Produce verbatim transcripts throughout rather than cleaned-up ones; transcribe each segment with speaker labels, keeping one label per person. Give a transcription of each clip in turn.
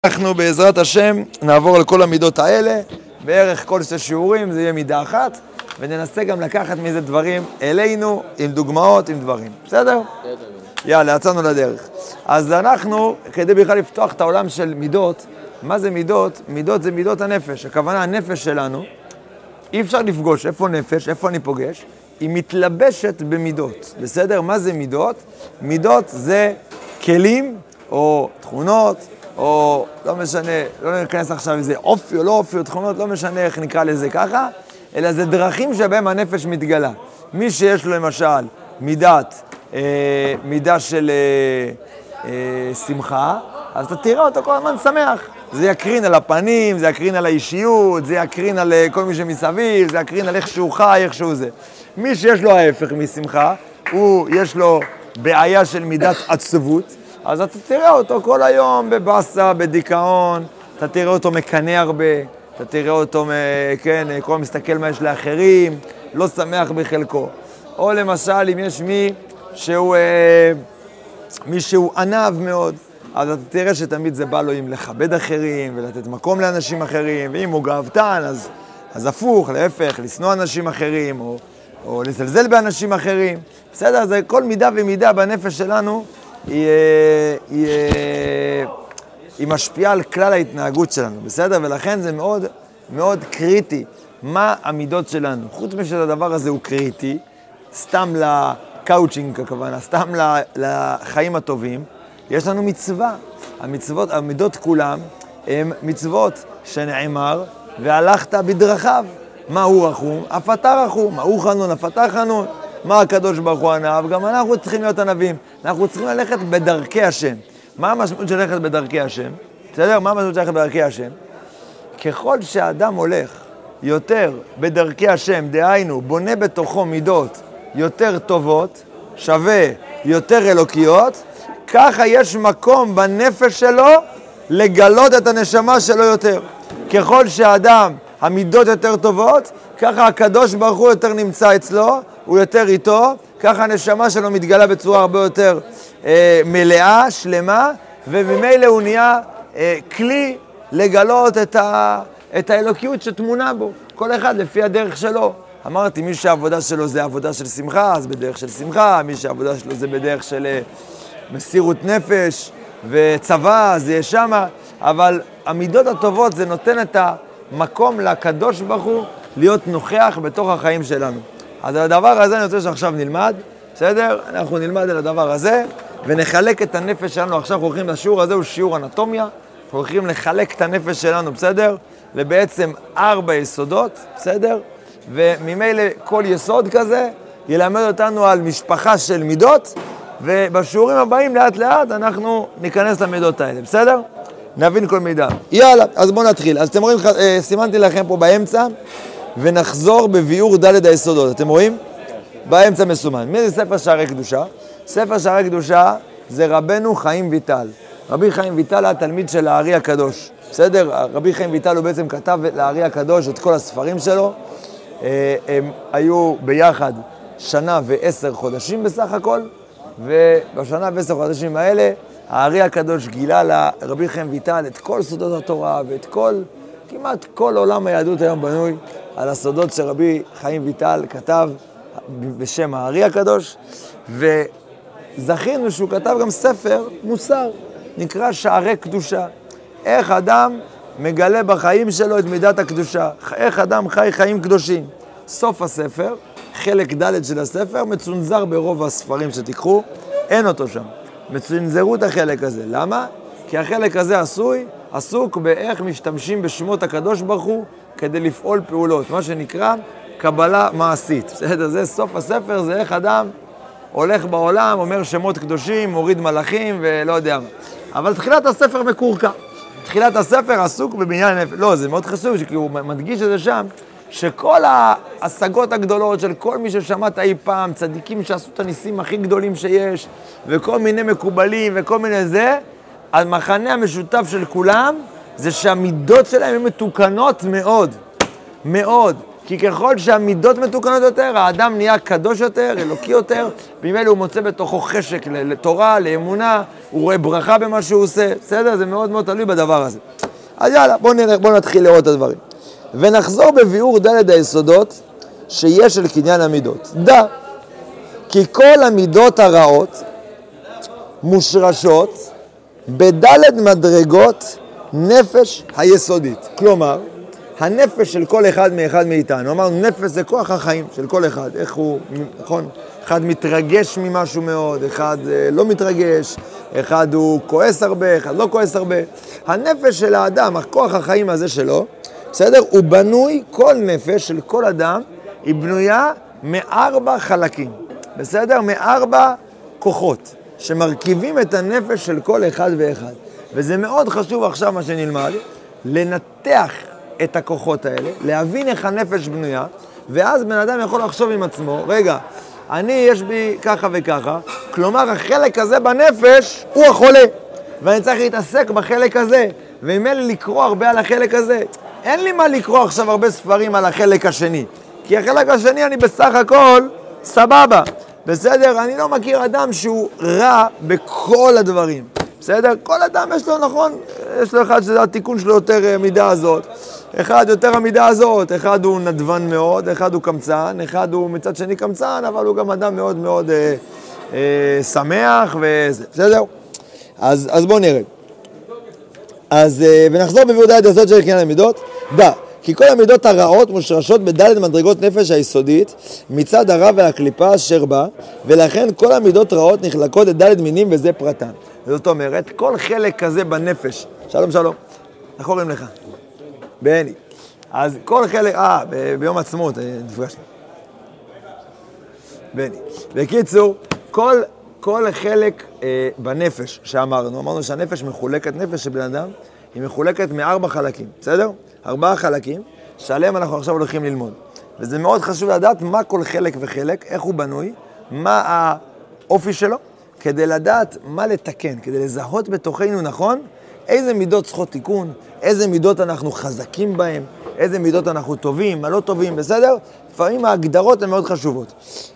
Speaker 1: אנחנו בעזרת השם נעבור על כל המידות האלה, בערך כל שתי שיעורים זה יהיה מידה אחת, וננסה גם לקחת מזה דברים אלינו, עם דוגמאות, עם דברים. בסדר? יאללה, יצאנו לדרך. אז אנחנו, כדי בכלל לפתוח את העולם של מידות, מה זה מידות? מידות זה מידות הנפש. הכוונה, הנפש שלנו, אי אפשר לפגוש. איפה נפש? איפה אני פוגש? היא מתלבשת במידות. בסדר? מה זה מידות? מידות זה כלים או תכונות, או לא משנה, לא ניכנס עכשיו איזה אופי או לא אופי או תכונות, לא משנה איך נקרא לזה ככה, אלא זה דרכים שבהם הנפש מתגלה. מי שיש לו למשל מידת, אה, מידה של אה, אה, שמחה, אז אתה תראה אותו כל הזמן שמח. זה יקרין על הפנים, זה יקרין על האישיות, זה יקרין על כל מי שמסביב, זה יקרין על איך שהוא חי, איך שהוא זה. מי שיש לו ההפך משמחה, הוא, יש לו בעיה של מידת עצבות, אז אתה תראה אותו כל היום בבאסה, בדיכאון, אתה תראה אותו מקנא הרבה, אתה תראה אותו, כן, כל מסתכל מה יש לאחרים, לא שמח בחלקו. או למשל, אם יש מי שהוא, מי שהוא ענב מאוד, אז אתה תראה שתמיד זה בא לו עם לכבד אחרים ולתת מקום לאנשים אחרים, ואם הוא גאוותן, אז, אז הפוך, להפך, לשנוא אנשים אחרים, או, או לזלזל באנשים אחרים. בסדר, זה כל מידה ומידה בנפש שלנו, היא, היא, היא משפיעה על כלל ההתנהגות שלנו, בסדר? ולכן זה מאוד, מאוד קריטי. מה המידות שלנו? חוץ משהדבר הזה הוא קריטי, סתם לקאוצ'ינג הכוונה, סתם לחיים הטובים, יש לנו מצווה. המצוות, המידות כולם, הן מצוות שנאמר, והלכת בדרכיו. מה הוא רחום? אף אתה רחום. מה הוא חנון? אף אתה חנון. מה הקדוש ברוך הוא ענב? גם אנחנו צריכים להיות ענבים. אנחנו צריכים ללכת בדרכי השם. מה המשמעות של ללכת בדרכי השם? בסדר? מה המשמעות של ללכת בדרכי השם? ככל שהאדם הולך יותר בדרכי השם, דהיינו, בונה בתוכו מידות יותר טובות, שווה יותר אלוקיות, ככה יש מקום בנפש שלו לגלות את הנשמה שלו יותר. ככל שהאדם, המידות יותר טובות, ככה הקדוש ברוך הוא יותר נמצא אצלו, הוא יותר איתו, ככה הנשמה שלו מתגלה בצורה הרבה יותר אה, מלאה, שלמה, וממילא הוא נהיה אה, כלי לגלות את, ה, את האלוקיות שתמונה בו, כל אחד לפי הדרך שלו. אמרתי, מי שהעבודה שלו זה עבודה של שמחה, אז בדרך של שמחה, מי שהעבודה שלו זה בדרך של אה, מסירות נפש וצבא, זה יהיה שמה, אבל המידות הטובות זה נותן את המקום לקדוש ברוך הוא להיות נוכח בתוך החיים שלנו. אז על הדבר הזה אני רוצה שעכשיו נלמד, בסדר? אנחנו נלמד על הדבר הזה, ונחלק את הנפש שלנו. עכשיו אנחנו הולכים לשיעור הזה, הוא שיעור אנטומיה, אנחנו הולכים לחלק את הנפש שלנו, בסדר? לבעצם ארבע יסודות, בסדר? וממילא כל יסוד כזה ילמד אותנו על משפחה של מידות, ובשיעורים הבאים לאט לאט אנחנו ניכנס למידות האלה, בסדר? נבין כל מידה. יאללה, אז בואו נתחיל. אז אתם רואים, סימנתי לכם פה באמצע, ונחזור בביאור ד' היסודות. אתם רואים? באמצע מסומן. מי זה ספר שערי קדושה? ספר שערי קדושה זה רבנו חיים ויטל. רבי חיים ויטל היה תלמיד של הארי הקדוש. בסדר? רבי חיים ויטל הוא בעצם כתב לארי הקדוש את כל הספרים שלו. הם היו ביחד שנה ועשר חודשים בסך הכל, ובשנה ועשר חודשים האלה הארי הקדוש גילה לרבי חיים ויטל את כל סודות התורה ואת כל, כמעט כל עולם היהדות היום בנוי על הסודות שרבי חיים ויטל כתב בשם הארי הקדוש, וזכינו שהוא כתב גם ספר מוסר, נקרא שערי קדושה. איך אדם מגלה בחיים שלו את מידת הקדושה, איך אדם חי חיים קדושים. סוף הספר, חלק ד' של הספר, מצונזר ברוב הספרים שתיקחו, אין אותו שם. מצונזרו את החלק הזה. למה? כי החלק הזה עשוי, עסוק באיך משתמשים בשמות הקדוש ברוך הוא כדי לפעול פעולות, מה שנקרא קבלה מעשית. בסדר? זה סוף הספר, זה איך אדם הולך בעולם, אומר שמות קדושים, מוריד מלאכים ולא יודע מה. אבל תחילת הספר מקורקע. תחילת הספר עסוק בבניין הנפש. לא, זה מאוד חשוב, כי הוא מדגיש את זה שם, שכל ההשגות הגדולות של כל מי ששמעת אי פעם, צדיקים שעשו את הניסים הכי גדולים שיש, וכל מיני מקובלים וכל מיני זה, המחנה המשותף של כולם זה שהמידות שלהם הן מתוקנות מאוד, מאוד. כי ככל שהמידות מתוקנות יותר, האדם נהיה קדוש יותר, אלוקי יותר, במילא הוא מוצא בתוכו חשק לתורה, לאמונה, הוא רואה ברכה במה שהוא עושה, בסדר? זה מאוד מאוד תלוי בדבר הזה. אז יאללה, בואו בוא נתחיל לראות את הדברים. ונחזור בביאור ד' היסודות שיש של קניין המידות. דע, כי כל המידות הרעות מושרשות בד' מדרגות נפש היסודית. כלומר, הנפש של כל אחד מאחד מאיתנו, אמרנו, נפש זה כוח החיים של כל אחד, איך הוא, נכון? אחד מתרגש ממשהו מאוד, אחד לא מתרגש, אחד הוא כועס הרבה, אחד לא כועס הרבה. הנפש של האדם, הכוח החיים הזה שלו, בסדר? הוא בנוי, כל נפש של כל אדם, היא בנויה מארבע חלקים, בסדר? מארבע כוחות, שמרכיבים את הנפש של כל אחד ואחד. וזה מאוד חשוב עכשיו מה שנלמד, לנתח את הכוחות האלה, להבין איך הנפש בנויה, ואז בן אדם יכול לחשוב עם עצמו, רגע, אני יש בי ככה וככה, כלומר החלק הזה בנפש הוא החולה, ואני צריך להתעסק בחלק הזה, ואם אין לי לקרוא הרבה על החלק הזה, אין לי מה לקרוא עכשיו הרבה ספרים על החלק השני, כי החלק השני אני בסך הכל סבבה, בסדר? אני לא מכיר אדם שהוא רע בכל הדברים, בסדר? כל אדם יש לו, נכון, יש לו אחד שזה התיקון שלו יותר מידה הזאת, אחד יותר המידה הזאת, אחד הוא נדבן מאוד, אחד הוא קמצן, אחד הוא מצד שני קמצן, אבל הוא גם אדם מאוד מאוד אה, אה, שמח וזה, בסדר? אז, אז בואו נראה. אז, אה, ונחזור בביאור ד' הזאת של קניין המידות. דע, כי כל המידות הרעות מושרשות בד' מדרגות נפש היסודית, מצד הרע והקליפה אשר בה, ולכן כל המידות רעות נחלקות לד' מינים וזה פרטן. זאת אומרת, כל חלק כזה בנפש, שלום שלום, איך קוראים לך? בני. אז כל חלק, אה, ב- ביום עצמות, נפגשנו. בני. בקיצור, כל, כל חלק אה, בנפש שאמרנו, אמרנו שהנפש מחולקת, נפש של בן אדם, היא מחולקת מארבע חלקים, בסדר? ארבעה חלקים, שעליהם אנחנו עכשיו הולכים ללמוד. וזה מאוד חשוב לדעת מה כל חלק וחלק, איך הוא בנוי, מה האופי שלו, כדי לדעת מה לתקן, כדי לזהות בתוכנו, נכון? איזה מידות צריכות תיקון, איזה מידות אנחנו חזקים בהם, איזה מידות אנחנו טובים, מה לא טובים, בסדר? לפעמים ההגדרות הן מאוד חשובות.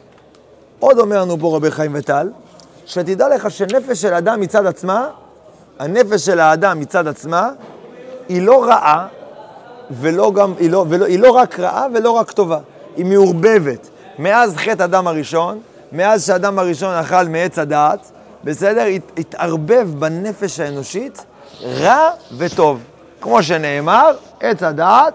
Speaker 1: עוד אומר לנו פה רבי חיים וטל, שתדע לך שנפש של האדם מצד עצמה, הנפש של האדם מצד עצמה, היא לא רעה, ולא גם, היא לא, ולא, היא לא רק רעה ולא רק טובה, היא מעורבבת. מאז חטא אדם הראשון, מאז שאדם הראשון אכל מעץ הדעת, בסדר? התערבב בנפש האנושית רע וטוב. כמו שנאמר, עץ הדעת,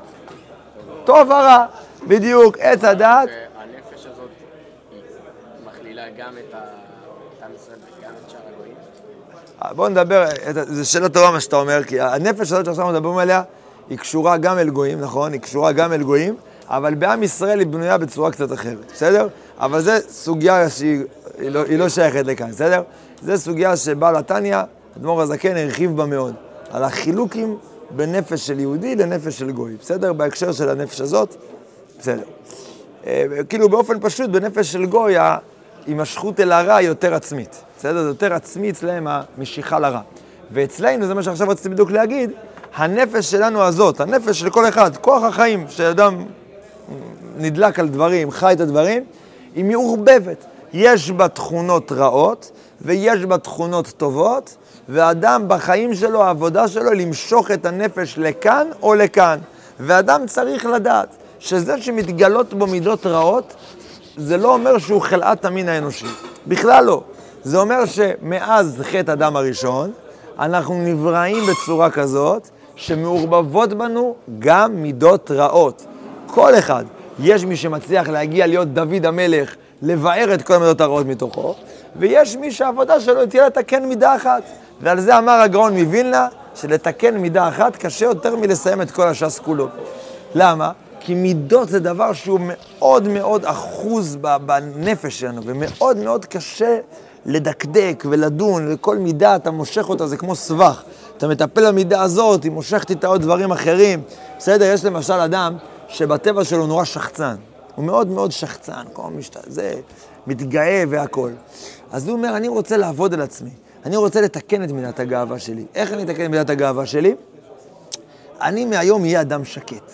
Speaker 1: טוב ורע. בדיוק, עץ הדעת.
Speaker 2: הנפש הזאת היא מכלילה גם את עם ישראל וגם את שאר הגויים?
Speaker 1: בואו נדבר, זו שאלה טובה מה שאתה אומר, כי הנפש הזאת שעכשיו מדברים עליה, היא קשורה גם אל גויים, נכון? היא קשורה גם אל גויים, אבל בעם ישראל היא בנויה בצורה קצת אחרת, בסדר? אבל זו סוגיה שהיא לא, היא לא שייכת לכאן, בסדר? זו סוגיה שבעל התניא, אדמו"ר הזקן, הרחיב בה מאוד, על החילוקים בין נפש של יהודי לנפש של גוי, בסדר? בהקשר של הנפש הזאת, בסדר. כאילו באופן פשוט, בנפש של גוי, ההימשכות אל הרע היא יותר עצמית, בסדר? זה יותר עצמי אצלהם המשיכה לרע. ואצלנו, זה מה שעכשיו רציתי בדיוק להגיד, הנפש שלנו הזאת, הנפש של כל אחד, כוח החיים, שאדם נדלק על דברים, חי את הדברים, היא מעורבבת. יש בה תכונות רעות, ויש בה תכונות טובות, ואדם בחיים שלו, העבודה שלו, למשוך את הנפש לכאן או לכאן. ואדם צריך לדעת שזה שמתגלות בו מידות רעות, זה לא אומר שהוא חלאת המין האנושי. בכלל לא. זה אומר שמאז חטא אדם הראשון, אנחנו נבראים בצורה כזאת, שמעורבבות בנו גם מידות רעות. כל אחד, יש מי שמצליח להגיע להיות דוד המלך, לבאר את כל המידות הרעות מתוכו, ויש מי שהעבודה שלו תהיה לתקן מידה אחת. ועל זה אמר הגאון מווילנה, שלתקן מידה אחת קשה יותר מלסיים את כל הש"ס כולו. למה? כי מידות זה דבר שהוא מאוד מאוד אחוז בנפש שלנו, ומאוד מאוד קשה לדקדק ולדון, וכל מידה אתה מושך אותה, זה כמו סבך. אתה מטפל במידה הזאת, היא מושכת איתה עוד דברים אחרים. בסדר, יש למשל אדם שבטבע שלו נורא שחצן. הוא מאוד מאוד שחצן, כמו משת... זה מתגאה והכל. אז הוא אומר, אני רוצה לעבוד על עצמי. אני רוצה לתקן את מידת הגאווה שלי. איך אני אתקן את מידת הגאווה שלי? אני מהיום אהיה אדם שקט.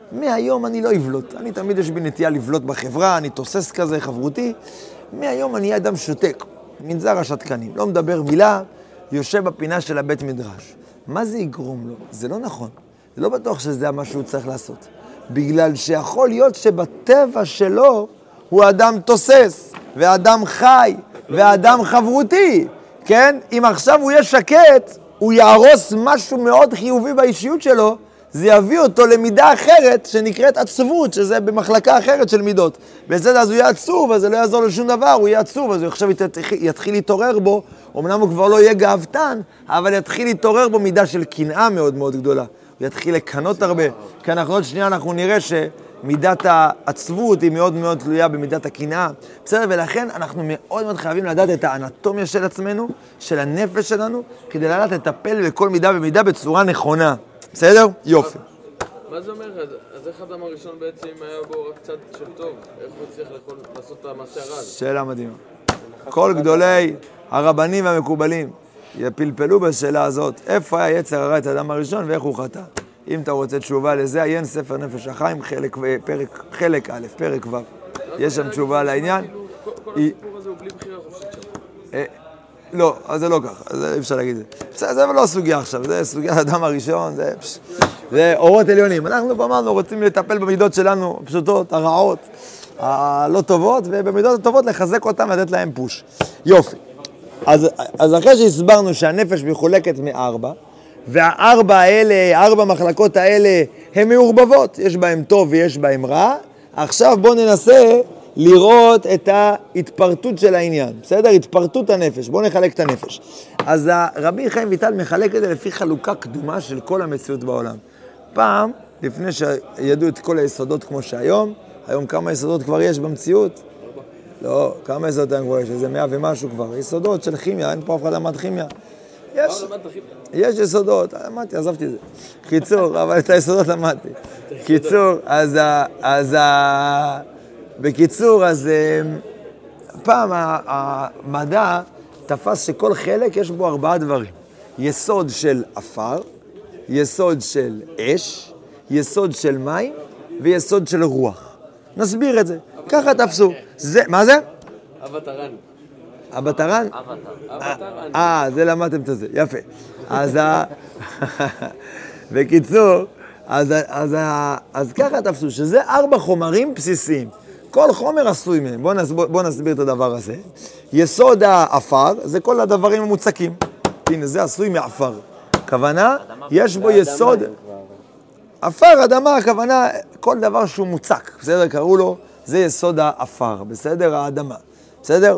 Speaker 1: מהיום אני לא אבלוט. אני תמיד יש בי נטייה לבלוט בחברה, אני תוסס כזה חברותי. מהיום אני אדם שותק, מנזר השתקנים, לא מדבר מילה, יושב בפינה של הבית מדרש. מה זה יגרום לו? זה לא נכון. זה לא בטוח שזה מה שהוא צריך לעשות. בגלל שיכול להיות שבטבע שלו הוא אדם תוסס, ואדם חי, ואדם חברותי. כן? אם עכשיו הוא יהיה שקט, הוא יהרוס משהו מאוד חיובי באישיות שלו, זה יביא אותו למידה אחרת שנקראת עצבות, שזה במחלקה אחרת של מידות. בסדר, אז הוא יהיה עצוב, אז זה לא יעזור לו שום דבר, הוא יהיה עצוב, אז הוא עכשיו יתחיל להתעורר בו, אמנם הוא כבר לא יהיה גאוותן, אבל יתחיל להתעורר בו מידה של קנאה מאוד מאוד גדולה. הוא יתחיל לקנות הרבה, כי אנחנו עוד שנייה אנחנו נראה שמידת העצבות היא מאוד מאוד תלויה במידת הקנאה. בסדר, ולכן אנחנו מאוד מאוד חייבים לדעת את האנטומיה של עצמנו, של הנפש שלנו, כדי לדעת לטפל בכל מידה ומידה בצורה נכונה. בסדר? יופי.
Speaker 3: מה זה אומר? אז איך אדם הראשון בעצם היה בו רק קצת של טוב? איך הוא צריך לעשות את המעשה הרע?
Speaker 1: שאלה מדהימה. כל גדולי הרבנים והמקובלים יפלפלו בשאלה הזאת, איפה היה יצר הרע את האדם הראשון ואיך הוא חטא. אם אתה רוצה תשובה לזה, עיין ספר נפש החיים, חלק, פרק, חלק א', פרק ו'. יש שם תשובה לעניין.
Speaker 3: כל הסיפור הזה הוא בלי בחירה חופשית שם.
Speaker 1: לא, אז זה לא ככה, אז אי אפשר להגיד את זה. בסדר, זה לא סוגיה עכשיו, זה סוגיה האדם הראשון, זה, זה אורות עליונים. אנחנו אמרנו, רוצים לטפל במידות שלנו, פשוטות, הרעות, הלא טובות, ובמידות הטובות לחזק אותם ולתת להם פוש. יופי. אז, אז אחרי שהסברנו שהנפש מחולקת מארבע, והארבע האלה, ארבע מחלקות האלה, הן מעורבבות, יש בהם טוב ויש בהם רע. עכשיו בואו ננסה לראות את ההתפרטות של העניין, בסדר? התפרטות הנפש, בואו נחלק את הנפש. אז רבי חיים ויטל מחלק את זה לפי חלוקה קדומה של כל המציאות בעולם. פעם, לפני שידעו את כל היסודות כמו שהיום, היום כמה יסודות כבר יש במציאות? לא, כמה יסודות היום כבר יש? איזה מאה ומשהו כבר. יסודות של כימיה, אין פה אף אחד למד כימיה. יש, יש יסודות, למדתי, עזבתי את זה. קיצור, אבל את היסודות למדתי. קיצור, אז ה... אז ה... בקיצור, אז פעם המדע תפס שכל חלק יש בו ארבעה דברים. יסוד של אפר, יסוד של אש, יסוד של מים ויסוד של רוח. נסביר את זה. ככה תפסו. זה, מה זה?
Speaker 3: אבטרן.
Speaker 1: אבטרן?
Speaker 3: אבטרן.
Speaker 1: אה, זה למדתם את זה. יפה. אז ה... בקיצור, אז, אז, אז ככה תפסו שזה ארבע חומרים בסיסיים. כל חומר עשוי מהם. בואו נסביר, בוא נסביר את הדבר הזה. יסוד האפר זה כל הדברים המוצקים. הנה, זה עשוי מאפר. כוונה, יש בו יסוד... אפר, אדמה, הכוונה, כל דבר שהוא מוצק. בסדר? קראו לו, זה יסוד האפר. בסדר? האדמה. בסדר?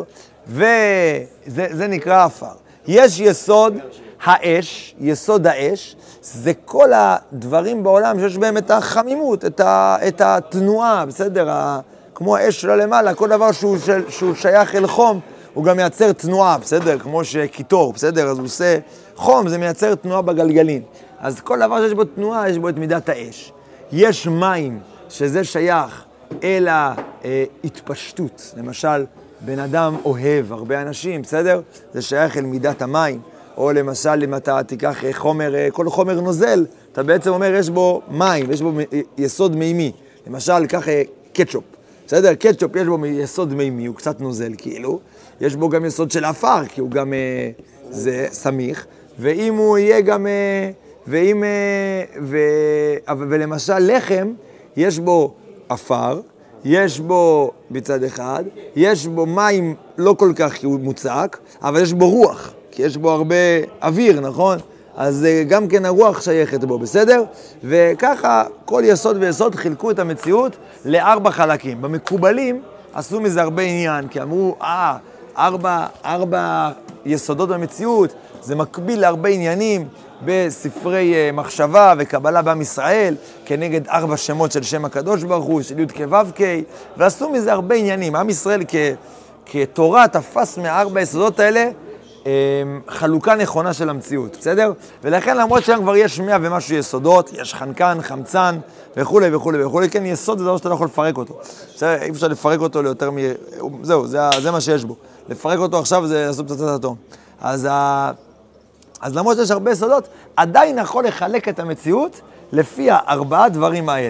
Speaker 1: וזה זה נקרא אפר. יש יסוד האש, יסוד האש, זה כל הדברים בעולם שיש בהם את החמימות, את, ה, את התנועה, בסדר? ה, כמו האש שלה למעלה, כל דבר שהוא, של, שהוא שייך אל חום, הוא גם מייצר תנועה, בסדר? כמו שקיטור, בסדר? אז הוא עושה חום, זה מייצר תנועה בגלגלים. אז כל דבר שיש בו תנועה, יש בו את מידת האש. יש מים, שזה שייך אל ההתפשטות. למשל, בן אדם אוהב הרבה אנשים, בסדר? זה שייך אל מידת המים. או למשל, אם אתה תיקח חומר, כל חומר נוזל, אתה בעצם אומר, יש בו מים, יש בו יסוד מימי. למשל, קח קטשופ. בסדר? קטשופ יש בו יסוד מימי, הוא קצת נוזל כאילו. יש בו גם יסוד של אפר, כי הוא גם זה סמיך. ואם הוא יהיה גם, ואם, ו, ולמשל לחם, יש בו אפר, יש בו בצד אחד, יש בו מים לא כל כך כי הוא מוצק, אבל יש בו רוח, כי יש בו הרבה אוויר, נכון? אז גם כן הרוח שייכת בו, בסדר? וככה כל יסוד ויסוד חילקו את המציאות לארבע חלקים. במקובלים עשו מזה הרבה עניין, כי אמרו, אה, ארבע, ארבע יסודות במציאות, זה מקביל להרבה עניינים בספרי מחשבה וקבלה בעם ישראל, כנגד ארבע שמות של שם הקדוש ברוך הוא, של י' כו' כ', ועשו מזה הרבה עניינים. עם ישראל כ, כתורה תפס מהארבע יסודות האלה, חלוקה נכונה של המציאות, בסדר? ולכן למרות שהיום כבר יש מאה ומשהו יסודות, יש חנקן, חמצן וכו' וכו' וכו', כן, יסוד זה דבר שאתה לא יכול לפרק אותו. בסדר? אי אפשר לפרק אותו ליותר מ... זהו, זה, זה מה שיש בו. לפרק אותו עכשיו זה לעשות פצצת אטום. אז, ה... אז למרות שיש הרבה יסודות, עדיין יכול לחלק את המציאות לפי הארבעה דברים האלה.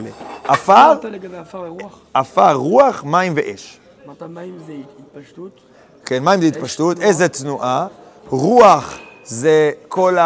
Speaker 1: עפר,
Speaker 4: לגבי עפר ורוח.
Speaker 1: עפר, רוח, מים ואש.
Speaker 4: אמרת מים זה התפשטות?
Speaker 1: כן, מים זה התפשטות, איזה תנועה, רוח זה כל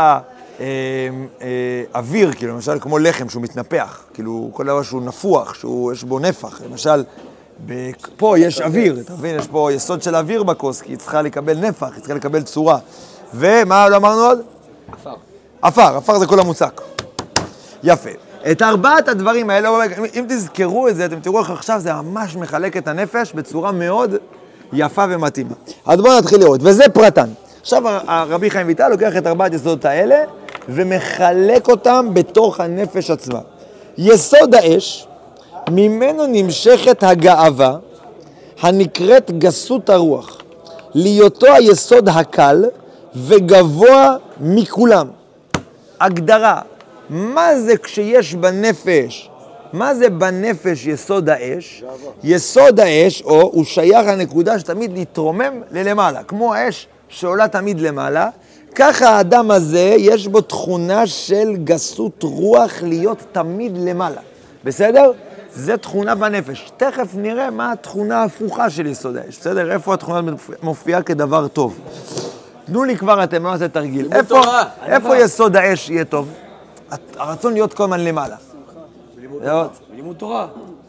Speaker 1: האוויר, כאילו, למשל כמו לחם שהוא מתנפח, כאילו כל דבר שהוא נפוח, שיש בו נפח, למשל, פה יש אוויר, אתה מבין, יש פה יסוד של אוויר בכוס, כי היא צריכה לקבל נפח, היא צריכה לקבל צורה. ומה לא אמרנו עוד?
Speaker 2: עפר.
Speaker 1: עפר, עפר זה כל המוצק. יפה. את ארבעת הדברים האלה, אם תזכרו את זה, אתם תראו איך עכשיו זה ממש מחלק את הנפש בצורה מאוד יפה ומתאימה. אז בואו נתחיל לראות, וזה פרטן. עכשיו הרבי חיים ויטל לוקח את ארבעת יסודות האלה ומחלק אותם בתוך הנפש עצמה. יסוד האש, ממנו נמשכת הגאווה, הנקראת גסות הרוח, להיותו היסוד הקל וגבוה מכולם. הגדרה, מה זה כשיש בנפש? מה זה בנפש יסוד האש? יסוד האש, או הוא שייך לנקודה שתמיד להתרומם ללמעלה, כמו האש שעולה תמיד למעלה, ככה האדם הזה יש בו תכונה של גסות רוח להיות תמיד למעלה. בסדר? זה תכונה בנפש. תכף נראה מה התכונה ההפוכה של יסוד האש. בסדר? איפה התכונה מופיעה כדבר טוב? תנו לי כבר, אתם לא נעשה תרגיל. איפה, איפה יסוד האש יהיה טוב? הרצון להיות כל הזמן למעלה.
Speaker 4: לימוד תורה.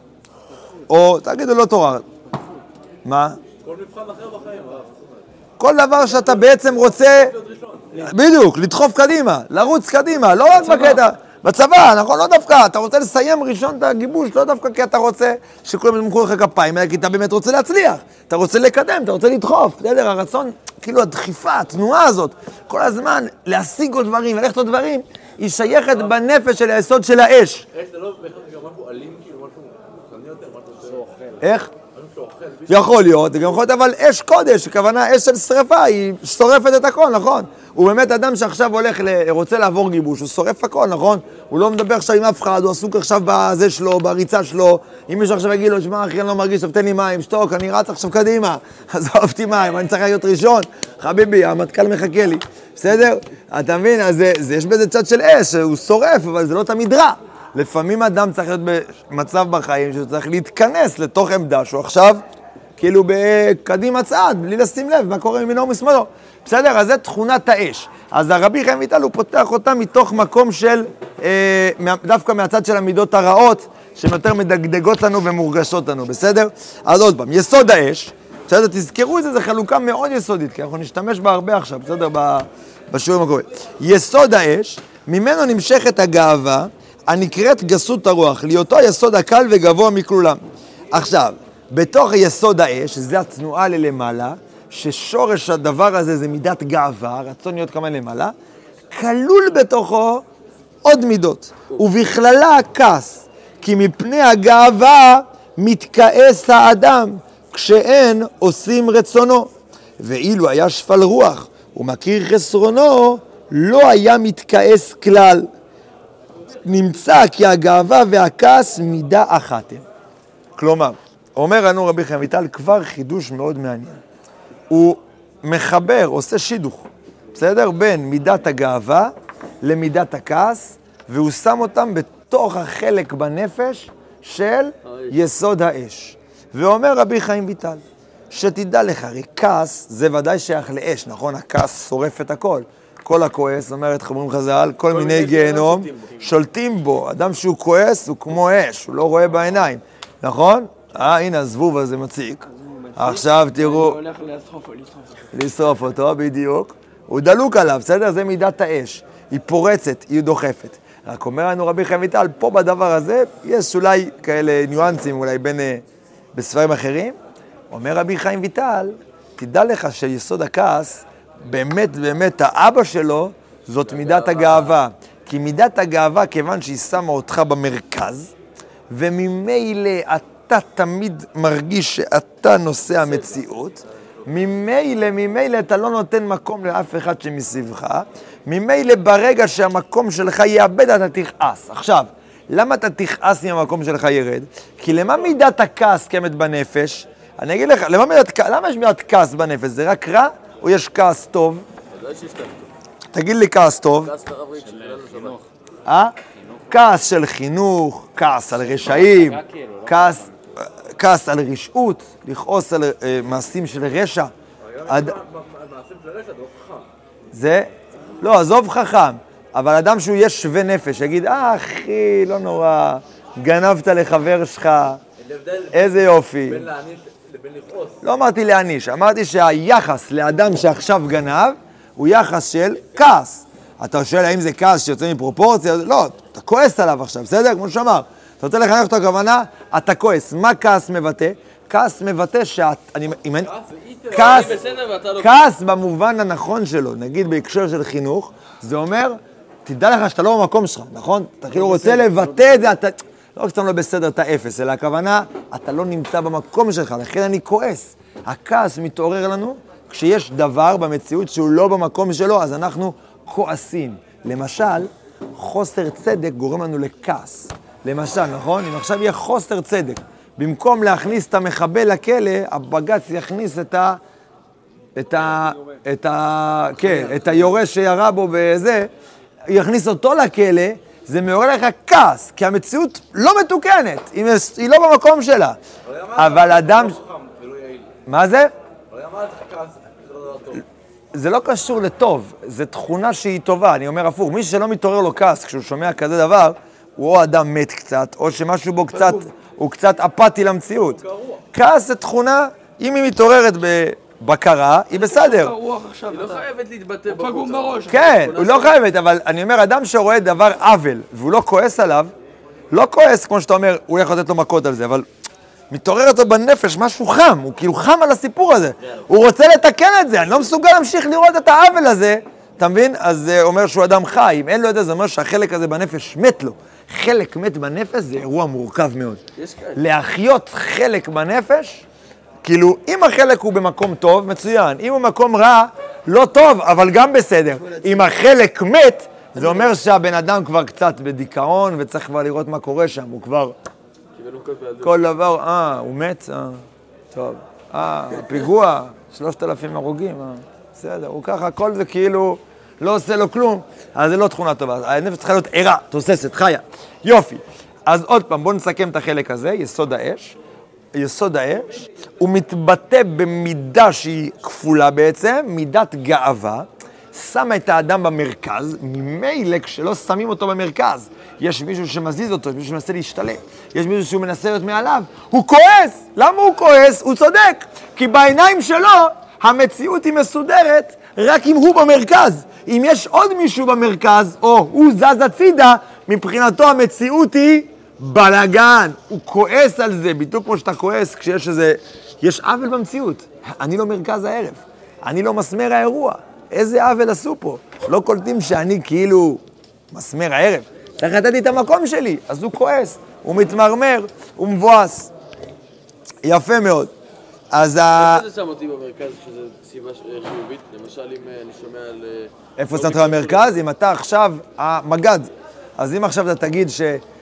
Speaker 1: או, תגידו לא תורה. מה?
Speaker 3: כל מבחן אחר בחיים.
Speaker 1: כל דבר שאתה בעצם רוצה, בדיוק, לדחוף קדימה, לרוץ קדימה, לא רק בקטע, בצבא, נכון? לא דווקא, אתה רוצה לסיים ראשון את הגיבוש, לא דווקא כי אתה רוצה שכולם ימחאו לך כפיים, אלא כי אתה באמת רוצה להצליח, אתה רוצה לקדם, אתה רוצה לדחוף, בסדר? הרצון, כאילו הדחיפה, התנועה הזאת, כל הזמן להשיג עוד דברים, ללכת עוד דברים, היא שייכת בנפש של היסוד של האש.
Speaker 3: איך זה לא, איך זה גם משהו אלים, כאילו משהו חני יותר, משהו שאוכל.
Speaker 1: איך? יכול להיות, זה גם יכול להיות, אבל אש קודש, הכוונה אש של שריפה, היא שורפת את הכל, נכון? הוא באמת אדם שעכשיו הולך, רוצה לעבור גיבוש, הוא שורף הכל, נכון? הוא לא מדבר עכשיו עם אף אחד, הוא עסוק עכשיו בזה שלו, בריצה שלו, אם מישהו עכשיו יגיד לו, שמע אחי, אני לא מרגיש, טוב, תן לי מים, שתוק, אני רץ עכשיו קדימה, אז אהבתי מים, אני צריך להיות ראשון, חביבי, המטכ"ל מחכה לי, בסדר? אתה מבין, אז זה, זה, יש בזה צד של אש, הוא שורף, אבל זה לא תמיד רע. לפעמים אדם צריך להיות במצב בחיים שהוא צריך להתכנס לתוך עמדה שהוא עכשיו כאילו בקדימה צעד, בלי לשים לב מה קורה מימינו ומשמאלו. בסדר? אז זה תכונת האש. אז הרבי חיים ויטל הוא פותח אותה מתוך מקום של, אה, דווקא מהצד של המידות הרעות, שהן יותר מדגדגות לנו ומורגשות לנו, בסדר? אז עוד פעם, יסוד האש, בסדר? תזכרו את זה, זו חלוקה מאוד יסודית, כי אנחנו נשתמש בה הרבה עכשיו, בסדר? בשיעורים הקרובים. יסוד האש, ממנו נמשכת הגאווה, הנקראת גסות הרוח, להיותו היסוד הקל וגבוה מכלולם. עכשיו, בתוך יסוד האש, שזה התנועה ללמעלה, ששורש הדבר הזה זה מידת גאווה, רצון להיות כמה למעלה, כלול בתוכו עוד מידות, ובכללה הכעס, כי מפני הגאווה מתכעס האדם, כשאין עושים רצונו. ואילו היה שפל רוח ומכיר חסרונו, לא היה מתכעס כלל. נמצא כי הגאווה והכעס מידה אחת הם. כלומר, אומר לנו רבי חיים ויטל כבר חידוש מאוד מעניין. הוא מחבר, עושה שידוך, בסדר? בין מידת הגאווה למידת הכעס, והוא שם אותם בתוך החלק בנפש של יסוד האש. ואומר רבי חיים ויטל, שתדע לך, הרי כעס זה ודאי שייך לאש, נכון? הכעס שורף את הכל. כל הכועס, זאת אומרת, חברים חז"ל, כל מיני גיהנום, שולטים בו. אדם שהוא כועס הוא כמו אש, הוא לא רואה בעיניים, נכון? אה, הנה, הזבוב הזה מציק. עכשיו תראו...
Speaker 4: הוא הולך לשרוף אותו.
Speaker 1: לשרוף אותו, בדיוק. הוא דלוק עליו, בסדר? זה מידת האש. היא פורצת, היא דוחפת. רק אומר לנו רבי חיים ויטל, פה בדבר הזה, יש אולי כאלה ניואנסים, אולי בין... בספרים אחרים. אומר רבי חיים ויטל, תדע לך שיסוד הכעס, באמת, באמת, האבא שלו, זאת מידת הגאווה. כי מידת הגאווה, כיוון שהיא שמה אותך במרכז, וממילא אתה תמיד מרגיש שאתה נושא המציאות, ממילא, ממילא אתה לא נותן מקום לאף אחד שמסביבך, ממילא ברגע שהמקום שלך יאבד, אתה תכעס. עכשיו, למה אתה תכעס אם המקום שלך ירד? כי למה מידת הכעס קיימת בנפש? אני אגיד לך, למה, מידת, למה יש מידת כעס בנפש? זה רק רע או יש כעס טוב? תגיד לי כעס טוב.
Speaker 3: כעס לרב ריץ', שלנו שבת.
Speaker 1: אה? כעס של חינוך, כעס על רשעים, כעס, כעס על רשעות, לכעוס על אה, מעשים של רשע. עד...
Speaker 3: מעשים של רשע, זה לא חכם.
Speaker 1: זה? לא, עזוב חכם, אבל אדם שהוא יהיה שווה נפש, יגיד, אה, אחי, לא נורא, גנבת לחבר שלך, איזה יופי.
Speaker 3: בין להעניש לבין לכעוס.
Speaker 1: לא אמרתי להעניש, אמרתי שהיחס לאדם שעכשיו גנב, הוא יחס של כעס. אתה שואל האם זה כעס שיוצא מפרופורציה? לא, אתה כועס עליו עכשיו, בסדר? כמו שאמר. אתה רוצה לחנך את הכוונה? אתה כועס. מה כעס מבטא? כעס מבטא שאת... אני, אם אין... כעס, כעס במובן הנכון שלו, נגיד בהקשר של חינוך, זה אומר, תדע לך שאתה לא במקום שלך, נכון? אתה כאילו רוצה לבטא את זה, אתה... לא רק שאתה לא בסדר, אתה אפס, אלא הכוונה, אתה לא נמצא במקום שלך, לכן אני כועס. הכעס מתעורר לנו כשיש דבר במציאות שהוא לא במקום שלו, אז אנחנו כועסים. למשל, חוסר צדק גורם לנו לכעס. למשל, נכון? אם עכשיו יהיה חוסר צדק, במקום להכניס את המחבל לכלא, הבג"ץ יכניס את ה... את ה... את ה... כן, את היורש שירה בו בזה, יכניס אותו לכלא, זה מעורר לך כעס, כי המציאות לא מתוקנת, היא, היא לא במקום שלה. אבל אדם... מה זה? זה לא קשור לטוב, זה תכונה שהיא טובה, אני אומר הפוך, מי שלא מתעורר לו כעס כשהוא שומע כזה דבר, הוא או אדם מת קצת, או שמשהו בו קצת, הוא קצת אפאתי למציאות. כעס זה תכונה, אם היא מתעוררת בבקרה, היא בסדר.
Speaker 3: היא לא חייבת להתבטא בחוץ.
Speaker 1: כן, הוא לא חייבת, אבל אני אומר, אדם שרואה דבר עוול, והוא לא כועס עליו, לא כועס, כמו שאתה אומר, הוא יכול לתת לו מכות על זה, אבל מתעורר אותו בנפש, משהו חם, הוא כאילו חם על הסיפור הזה. הוא רוצה לתקן את זה, אני לא מסוגל להמשיך לראות את העוול הזה, אתה מבין? אז זה אומר שהוא אדם חי, אם אין לו את זה, זה אומר שהחלק הזה בנפש מת לו. חלק מת בנפש זה אירוע מורכב מאוד. להחיות חלק בנפש, כאילו, אם החלק הוא במקום טוב, מצוין. אם הוא במקום רע, לא טוב, אבל גם בסדר. אם החלק מת, זה אומר שהבן אדם כבר קצת בדיכאון, וצריך כבר לראות מה קורה שם. הוא כבר... כל דבר, אה, הוא מת? אה, טוב. אה, פיגוע, שלושת אלפים הרוגים, אה, בסדר. הוא ככה, כל זה כאילו לא עושה לו כלום. אז זה לא תכונה טובה. הנפש צריכה להיות ערה, תוססת, חיה. יופי. אז עוד פעם, בואו נסכם את החלק הזה, יסוד האש. יסוד האש, הוא מתבטא במידה שהיא כפולה בעצם, מידת גאווה, שמה את האדם במרכז, ממילא כשלא שמים אותו במרכז, יש מישהו שמזיז אותו, יש מישהו שמנסה להשתלט, יש מישהו שהוא מנסה להיות מעליו, הוא כועס. למה הוא כועס? הוא צודק, כי בעיניים שלו המציאות היא מסודרת רק אם הוא במרכז. אם יש עוד מישהו במרכז, או הוא זז הצידה, מבחינתו המציאות היא בלגן, הוא כועס על זה, בדיוק כמו שאתה כועס כשיש איזה... יש עוול במציאות. אני לא מרכז הערב, אני לא מסמר האירוע. איזה עוול עשו פה? לא קולטים שאני כאילו מסמר הערב. צריך לתת לי את המקום שלי. אז הוא כועס, הוא מתמרמר, הוא מבואס. יפה מאוד. אז ה...
Speaker 3: איפה זה שם אותי במרכז כשזה סיבה חיובית? למשל אם אני שומע על...
Speaker 1: איפה שמת במרכז? אם אתה עכשיו המגד. אז אם עכשיו אתה תגיד ש...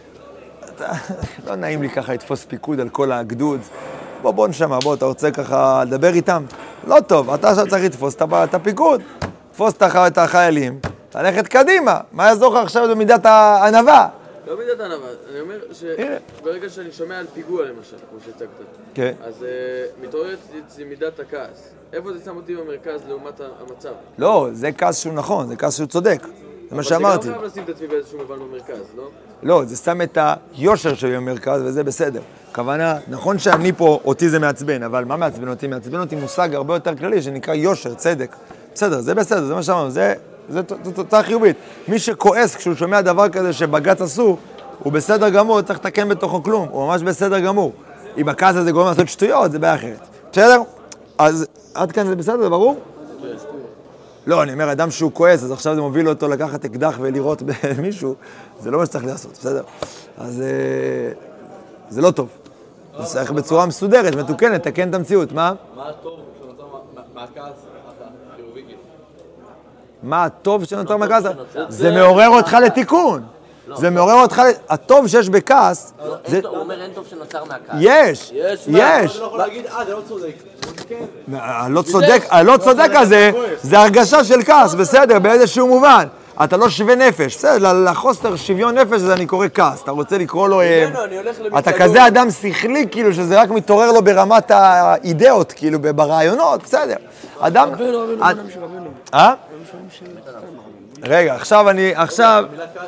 Speaker 1: לא נעים לי ככה לתפוס פיקוד על כל הגדוד. בוא, בוא נשמע, בוא, אתה רוצה ככה לדבר איתם? לא טוב, אתה עכשיו צריך לתפוס את הפיקוד. תפוס את החיילים, ללכת קדימה. מה יעזור לך עכשיו במידת הענווה?
Speaker 3: לא מידת הענווה, אני אומר שברגע שאני שומע על פיגוע למשל, כמו שהצגת,
Speaker 1: כן.
Speaker 3: אז מתעוררת אצלי מידת הכעס. איפה זה שם אותי במרכז לעומת המצב?
Speaker 1: לא, זה כעס שהוא נכון, זה כעס שהוא צודק. זה מה שאמרתי.
Speaker 3: אבל זה גם חייב לשים את עצמי באיזשהו מבן במרכז, לא?
Speaker 1: לא, זה שם את היושר שלי במרכז, וזה בסדר. כוונה, נכון שאני פה, אותי זה מעצבן, אבל מה מעצבן אותי? מעצבן אותי מושג הרבה יותר כללי, שנקרא יושר, צדק. בסדר, זה בסדר, זה מה שאמרנו, זה, זה תוצאה חיובית. מי שכועס כשהוא שומע דבר כזה שבג"ץ עשו, הוא בסדר גמור, הוא צריך לתקן בתוכו כלום, הוא ממש בסדר גמור. אם הכעס הזה גורם לעשות שטויות, זה בעיה אחרת. בסדר? אז עד כאן זה בסדר, זה ברור? לא, אני אומר, אדם שהוא כועס, אז עכשיו זה מוביל אותו לקחת אקדח ולירות במישהו, זה לא מה שצריך לעשות, בסדר? אז זה לא טוב. זה צריך בצורה מסודרת, מתוקנת, תקן את המציאות, מה?
Speaker 3: מה הטוב שנותר מהכעס החיובי?
Speaker 1: מה הטוב שנותר מהכעס? זה מעורר אותך לתיקון. זה מעורר אותך, הטוב שיש בכעס...
Speaker 2: הוא אומר אין טוב שנותר מהכעס.
Speaker 1: יש, יש.
Speaker 3: אתה לא יכול להגיד, אה, זה לא צודק.
Speaker 1: הלא צודק, הלא צודק הזה, זה הרגשה של כעס, בסדר, באיזשהו מובן. אתה לא שווה נפש, בסדר, לחוסר שוויון נפש זה אני קורא כעס, אתה רוצה לקרוא לו... אתה כזה אדם שכלי, כאילו, שזה רק מתעורר לו ברמת האידאות, כאילו, ברעיונות, בסדר. אדם... אה? רגע, עכשיו אני, עכשיו...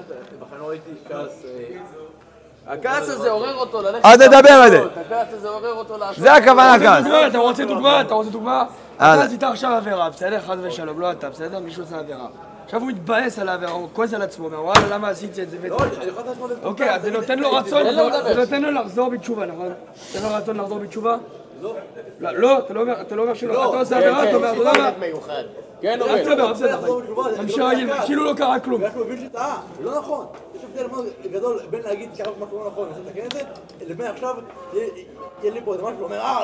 Speaker 3: הכעס הזה עורר אותו ללכת...
Speaker 1: אל תדבר על זה.
Speaker 3: הכעס הזה עורר אותו לעשות...
Speaker 1: זה הכוונה הכעס.
Speaker 4: אתה רוצה דוגמה? אתה רוצה דוגמה? אתה עשית עכשיו עבירה, בסדר? חס ושלום, לא אתה, בסדר? מישהו עושה עבירה. עכשיו הוא מתבאס על העבירה, הוא כועס על עצמו, וואלה, למה עשיתי את זה? לא, אני יכול לעשות את זה. אוקיי, אז זה נותן לו רצון, זה נותן לו לחזור בתשובה, נכון? נותן לו רצון לחזור בתשובה? לא. לא, אתה לא אומר שלא, אתה עושה עבירה, אתה אומר, אתה אומר.
Speaker 3: כן,
Speaker 4: בסדר, בסדר. חמישה רגיל, כאילו לא קרה כלום.
Speaker 5: ואנחנו מבין שטעה, זה לא נכון. יש הבדל מאוד גדול בין להגיד שקרה משהו לא נכון, אני רוצה לתקן את זה, לבין עכשיו, יהיה לי פה איזה משהו שאומר, אה,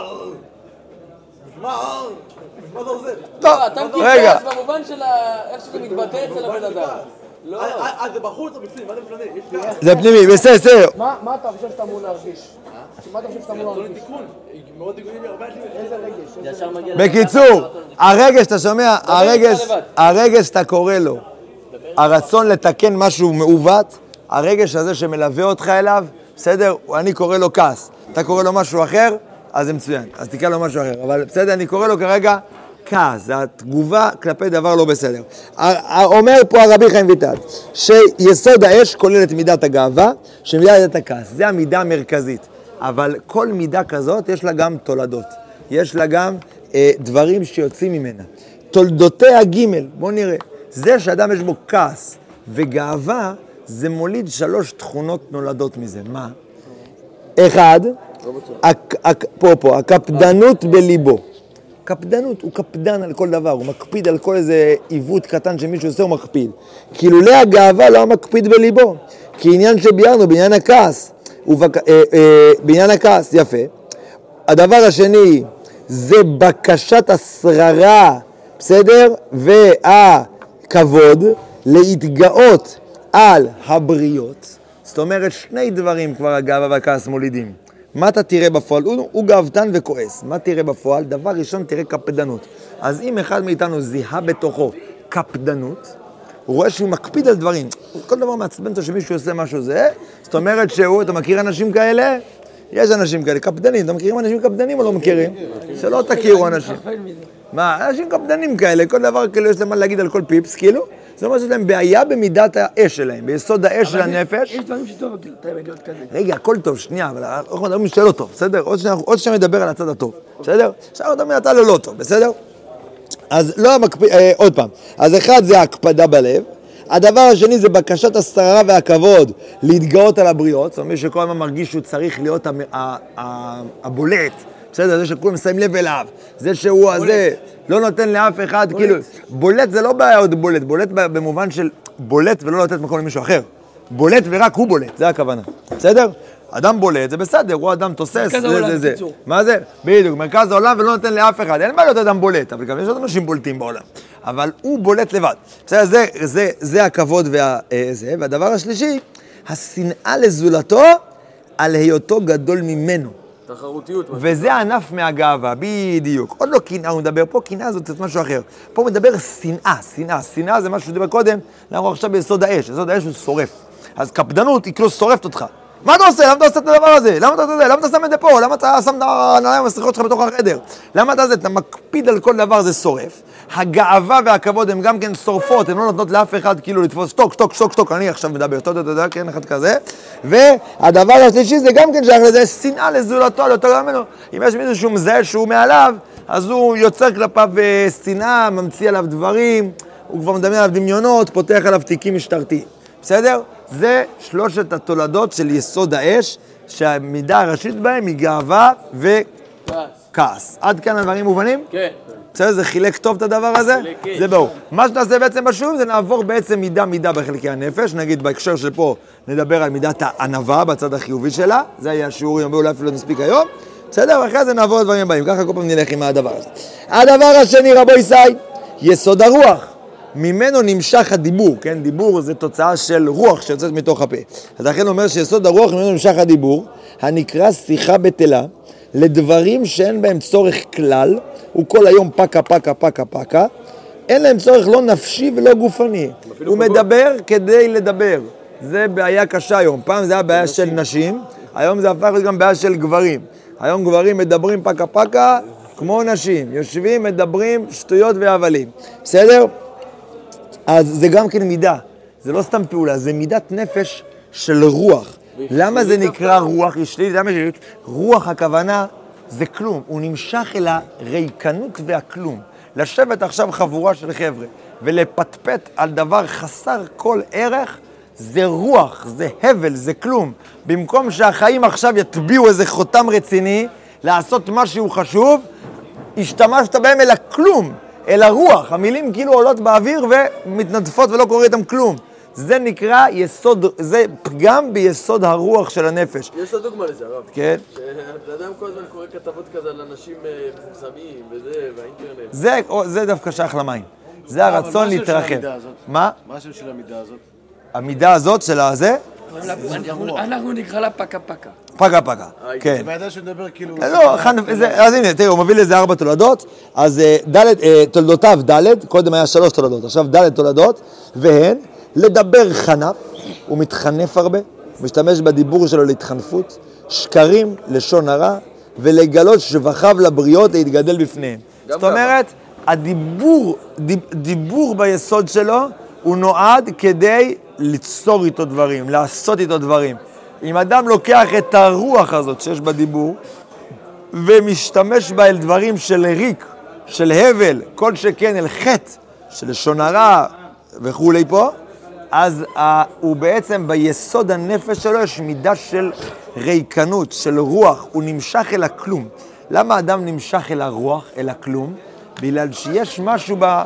Speaker 5: מה, מה זה עושה?
Speaker 3: לא, אתה מכיר כעס במובן של איך שזה מתבטא אצל הבן אדם. לא.
Speaker 5: אה, זה בחוץ או בפנים, מה זה משנה? יש כעס.
Speaker 1: זה פנימי, בסדר, בסדר.
Speaker 2: מה אתה חושב שאתה אמור להרגיש? מה אתה חושב שאתה אמור להרגיש?
Speaker 5: תיקון, מאוד תיקונים הרבה
Speaker 2: איזה רגש?
Speaker 1: בקיצור, הרגש, אתה שומע? הרגש, הרגש שאתה קורא לו, הרצון לתקן משהו מעוות, הרגש הזה שמלווה אותך אליו, בסדר? אני קורא לו כעס. אתה קורא לו משהו אחר, אז זה מצוין. אז תקרא לו משהו אחר. אבל בסדר, אני קורא לו כרגע כעס. זה התגובה כלפי דבר לא בסדר. אומר פה הרבי חיים ויטל, שיסוד האש כולל את מידת הגאווה, שמידת הכעס. זה המידה המרכזית. אבל כל מידה כזאת יש לה גם תולדות. יש לה גם אה, דברים שיוצאים ממנה. תולדותיה ג', בואו נראה. זה שאדם יש בו כעס וגאווה, זה מוליד שלוש תכונות נולדות מזה. מה? אחד, הק, הק, פה פה, הקפדנות בליבו. קפדנות, הוא קפדן על כל דבר, הוא מקפיד על כל איזה עיוות קטן שמישהו עושה, הוא מקפיד. כאילו הגאווה לא מקפיד בליבו. כי עניין שביארנו, בעניין הכעס, ובק... אה, אה, בעניין הכעס, יפה. הדבר השני זה בקשת השררה, בסדר? והכבוד להתגאות על הבריות. זאת אומרת, שני דברים כבר הגאווה והכעס מולידים. מה אתה תראה בפועל? הוא, הוא גאוותן וכועס. מה תראה בפועל? דבר ראשון, תראה קפדנות. אז אם אחד מאיתנו זיהה בתוכו קפדנות, הוא רואה שהוא מקפיד על דברים. כל דבר מעצבן אותו שמישהו עושה משהו זה, זאת אומרת שהוא, אתה מכיר אנשים כאלה? יש אנשים כאלה, קפדנים. אתה מכירים אנשים קפדנים או לא מכירים? שלא תכירו אנשים. מה, אנשים קפדנים כאלה, כל דבר כאילו יש להם מה להגיד על כל פיפס, כאילו? זה אומר שיש להם בעיה במידת האש שלהם, ביסוד האש של הנפש.
Speaker 4: יש דברים שטוב להיות כזה.
Speaker 1: רגע, הכל טוב, שנייה, אבל אנחנו מדברים שלא טוב, בסדר? עוד שניה מדבר על הצד הטוב, בסדר? עכשיו מדברים על הצד הלא טוב, בסדר? אז לא המקפיד, אה, עוד פעם. אז אחד זה ההקפדה בלב, הדבר השני זה בקשת השררה והכבוד להתגאות על הבריות, זאת אומרת שכל הזמן מרגיש שהוא צריך להיות הבולט, בסדר? זה שכולם שמים לב אליו, זה שהוא הזה, לא נותן לאף אחד, כאילו, בולט זה לא בעיה עוד בולט, בולט במובן של בולט ולא לתת מקום למישהו אחר, בולט ורק הוא בולט, זה הכוונה, בסדר? אדם בולט, זה בסדר, הוא אדם תוסס, זה זה זה. מה זה? בדיוק, מרכז העולם ולא נותן לאף אחד, אין מה להיות אדם בולט, אבל גם יש עוד אנשים בולטים בעולם, אבל הוא בולט לבד. בסדר, זה, זה, זה הכבוד והזה, והדבר השלישי, השנאה לזולתו על היותו גדול ממנו.
Speaker 3: תחרותיות.
Speaker 1: וזה ענף מהגאווה, בדיוק. עוד לא קנאה, הוא מדבר פה, קנאה זאת משהו אחר. פה הוא מדבר שנאה, שנאה. שנאה זה משהו שדיבר קודם, אנחנו עכשיו ביסוד האש, יסוד האש הוא שורף. אז קפדנות היא כאילו שורפת אותך. מה אתה עושה? למה אתה עושה את הדבר הזה? למה אתה עושה את זה? למה אתה שם את זה פה? למה אתה שם את הנעליים המסריחות שלך בתוך החדר? למה אתה זה? אתה מקפיד על כל דבר, זה שורף. הגאווה והכבוד הם גם כן שורפות, הן לא נותנות לאף אחד כאילו לתפוס שטוק, שטוק, שטוק, שטוק, אני עכשיו מדבר, אתה יודע, אתה יודע, כן, אחד כזה. והדבר השלישי זה גם כן שייך לזה, שנאה לזולתו, על יותר ממנו. אם יש מישהו שהוא מזהה שהוא מעליו, אז הוא יוצר כלפיו שנאה, ממציא עליו דברים, הוא כבר מדמיין עליו דמיונות, פותח עליו תיקים משטרתיים. בסדר? זה שלושת התולדות של יסוד האש, שהמידה הראשית בהם היא גאווה וכעס. עד כאן הדברים מובנים?
Speaker 3: כן.
Speaker 1: בסדר? זה חילק טוב את הדבר הזה? זה ברור. מה שנעשה בעצם בשיעור זה נעבור בעצם מידה מידה בחלקי הנפש, נגיד בהקשר של פה נדבר על מידת הענווה בצד החיובי שלה, זה היה השיעור יום אולי אפילו נספיק היום, בסדר? ואחרי זה נעבור לדברים הבאים, ככה כל פעם נלך עם הדבר הזה. הדבר השני רבו ישי, יסוד הרוח. ממנו נמשך הדיבור, כן? דיבור זה תוצאה של רוח שיוצאת מתוך הפה. אז לכן הוא אומר שיסוד הרוח ממנו נמשך הדיבור, הנקרא שיחה בטלה, לדברים שאין בהם צורך כלל, הוא כל היום פקה פקה פקה פקה, אין להם צורך לא נפשי ולא גופני. הוא מדבר כדי לדבר. זה בעיה קשה היום. פעם זה היה בעיה של נשים, היום זה הפך להיות גם בעיה של גברים. היום גברים מדברים פקה פקה כמו נשים. יושבים, מדברים שטויות והבלים. בסדר? אז זה גם כן מידה. זה לא סתם פעולה, זה מידת נפש של רוח. למה זה נקרא רוח? ישלילית, למה ישלילית? רוח הכוונה זה כלום. הוא נמשך אל הריקנות והכלום. לשבת עכשיו חבורה של חבר'ה ולפטפט על דבר חסר כל ערך, זה רוח, זה הבל, זה כלום. במקום שהחיים עכשיו יטביעו איזה חותם רציני, לעשות משהו חשוב, השתמשת בהם אל הכלום, אל הרוח. המילים כאילו עולות באוויר ומתנדפות ולא קורה איתם כלום. זה נקרא יסוד, זה פגם ביסוד הרוח של הנפש.
Speaker 3: יש לו דוגמה לזה, הרב.
Speaker 1: כן.
Speaker 3: שאדם כל הזמן קורא כתבות כזה על אנשים מפורסמים וזה, והאינטרנט.
Speaker 1: זה, זה דווקא שייך למים. זה הרצון להתרחב. מה?
Speaker 5: מה השם של המידה הזאת?
Speaker 1: המידה הזאת של הזה?
Speaker 4: אנחנו נקרא לה פקה פקה.
Speaker 1: פקה פקה, כן.
Speaker 5: זה בעיה שנדבר כאילו...
Speaker 1: לא, אז הנה, תראו, הוא מביא לזה ארבע תולדות, אז תולדותיו ד', קודם היה שלוש תולדות, עכשיו ד' תולדות, והן לדבר חנף, הוא מתחנף הרבה, הוא משתמש בדיבור שלו להתחנפות, שקרים, לשון הרע, ולגלות שבחיו לבריות להתגדל בפניהם. זאת אומרת, הדיבור, דיבור ביסוד שלו, הוא נועד כדי ליצור איתו דברים, לעשות איתו דברים. אם אדם לוקח את הרוח הזאת שיש בדיבור, ומשתמש בה אל דברים של ריק, של הבל, כל שכן אל חטא, של לשון הרע וכו' פה, אז uh, הוא בעצם ביסוד הנפש שלו יש מידה של ריקנות, של רוח, הוא נמשך אל הכלום. למה אדם נמשך אל הרוח, אל הכלום? בגלל שיש משהו ב,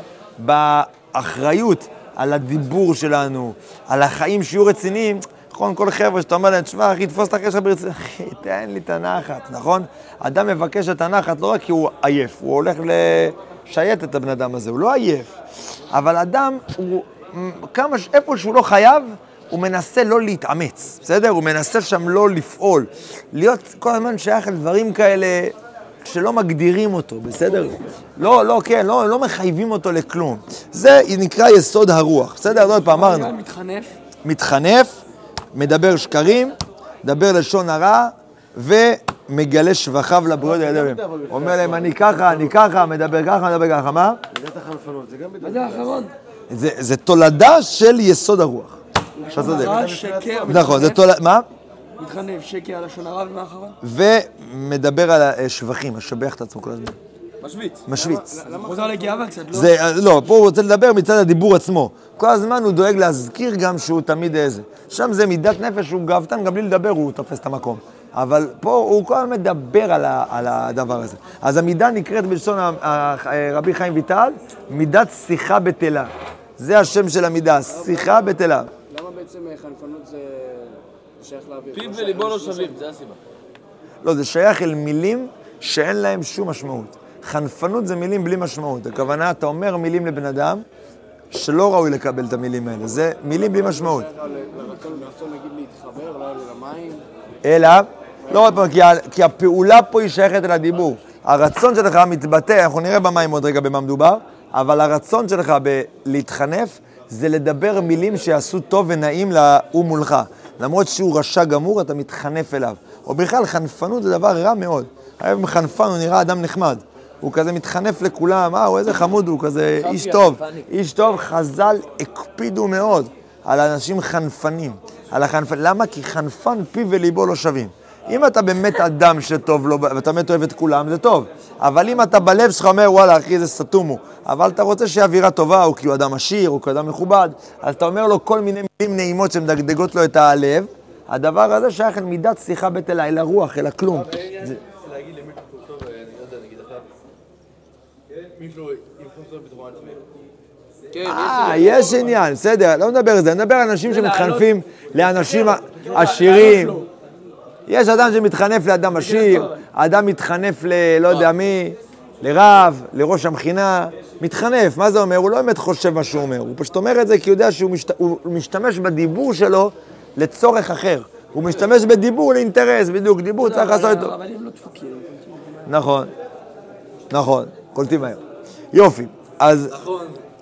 Speaker 1: באחריות על הדיבור שלנו, על החיים שיהיו רציניים. נכון, כל חבר'ה שאתה אומר להם, תשמע, אחי, תפוס את החיים שלך ברצינות, אחי, תן לי את הנחת, נכון? אדם מבקש את הנחת לא רק כי הוא עייף, הוא הולך לשייט את הבן אדם הזה, הוא לא עייף. אבל אדם, הוא, כמה, איפה שהוא לא חייב, הוא מנסה לא להתאמץ, בסדר? הוא מנסה שם לא לפעול. להיות כל הזמן שייך על דברים כאלה שלא מגדירים אותו, בסדר? לא, לא, כן, לא, לא מחייבים אותו לכלום. זה נקרא יסוד הרוח, בסדר? עוד פעם, אמרנו.
Speaker 4: מתחנף.
Speaker 1: מתחנף, מדבר שקרים, מדבר לשון הרע, ומגלה שבחיו לבריות הידיים. אומר להם, אני ככה, אני ככה, מדבר ככה, מדבר ככה, מה?
Speaker 5: מידת החנפנות, זה גם מידת...
Speaker 4: מה זה האחרון?
Speaker 1: זה, זה תולדה של יסוד הרוח.
Speaker 4: הרע, שקר,
Speaker 1: נכון, זה תולדה, מה?
Speaker 4: מתחנף, שקר על לשון הרע, ומה האחרון?
Speaker 1: ומדבר על השבחים, משבח את עצמו כל הזמן.
Speaker 3: משוויץ.
Speaker 1: משוויץ.
Speaker 4: חוזר לגאווה קצת, לא?
Speaker 1: זה, לא, פה הוא רוצה לדבר מצד הדיבור עצמו. כל הזמן הוא דואג להזכיר גם שהוא תמיד איזה. שם זה מידת נפש, הוא גאוותן, גם בלי לדבר הוא תופס את המקום. אבל פה הוא כל הזמן מדבר על, ה, על הדבר הזה. אז המידה נקראת בלשון רבי חיים ויטל, מידת שיחה בטלה. זה השם של המידה, שיחה בטלה.
Speaker 2: למה בעצם חנפנות זה שייך לאוויר?
Speaker 3: פיו וליבו לא שווים, זה הסיבה.
Speaker 1: לא, זה שייך אל מילים שאין להם שום משמעות. חנפנות זה מילים בלי משמעות. הכוונה, אתה אומר מילים לבן אדם שלא ראוי לקבל את המילים האלה. זה מילים בלי משמעות.
Speaker 2: לרצון נגיד להתחבר, לא למים.
Speaker 1: אלא, לא עוד פעם, כי, כי הפעולה פה היא שייכת אל הדיבור. הרצון שלך מתבטא, אנחנו נראה במים עוד רגע במה מדובר, אבל הרצון שלך בלהתחנף זה לדבר מילים שיעשו טוב ונעים להוא מולך. למרות שהוא רשע גמור, אתה מתחנף אליו. או בכלל, חנפנות זה דבר רע מאוד. היום חנפן הוא נראה אדם נחמד. הוא כזה מתחנף לכולם, אה, הוא איזה חמוד, הוא כזה איש טוב. איש טוב, חז"ל הקפידו מאוד על אנשים חנפנים. על החנפן. למה? כי חנפן פיו וליבו לא שווים. אם אתה באמת אדם שטוב לו, ואתה באמת אוהב את כולם, זה טוב. אבל אם אתה בלב שלך אומר, וואלה, אחי, זה סתום הוא. אבל אתה רוצה שיהיה אווירה טובה, או כי הוא אדם עשיר, או כי הוא אדם מכובד, אז אתה אומר לו כל מיני מילים נעימות שמדגדגות לו את הלב. הדבר הזה שייך אל מידת שיחה בטלה, אל הרוח, אל הכלום. זה...
Speaker 3: להגיד למישהו טוב, אני לא יודע, נגיד עכשיו, מישהו עם חוסר ביטחון עצמי.
Speaker 1: אה, יש עניין, בסדר, לא מדבר על זה, נדבר על אנשים שמתחנפים לאנשים עשירים. יש אדם שמתחנף לאדם עשיר, אדם מתחנף ללא יודע מי, לרב, לראש המכינה, מתחנף, מה זה אומר? הוא לא באמת חושב מה שהוא אומר, הוא פשוט אומר את זה כי הוא יודע שהוא משת... הוא משתמש בדיבור שלו לצורך אחר. הוא משתמש בדיבור לאינטרס, בדיוק, דיבור צריך לעשות איתו.
Speaker 4: אבל הם לא דפוקים.
Speaker 1: נכון, נכון, קולטים מהר. יופי, אז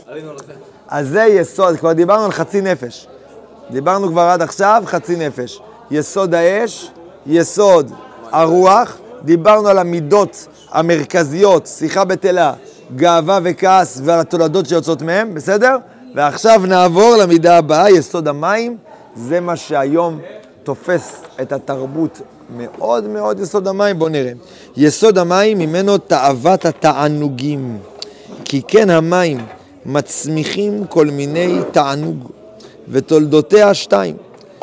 Speaker 5: עלינו על זה.
Speaker 1: אז זה יסוד, כבר דיברנו על חצי נפש. דיברנו כבר עד עכשיו חצי נפש. יסוד האש, יסוד הרוח, דיברנו על המידות המרכזיות, שיחה בטלה, גאווה וכעס ועל התולדות שיוצאות מהם, בסדר? ועכשיו נעבור למידה הבאה, יסוד המים, זה מה שהיום תופס את התרבות מאוד מאוד יסוד המים, בואו נראה. יסוד המים ממנו תאוות התענוגים, כי כן המים מצמיחים כל מיני תענוג, ותולדותיה שתיים,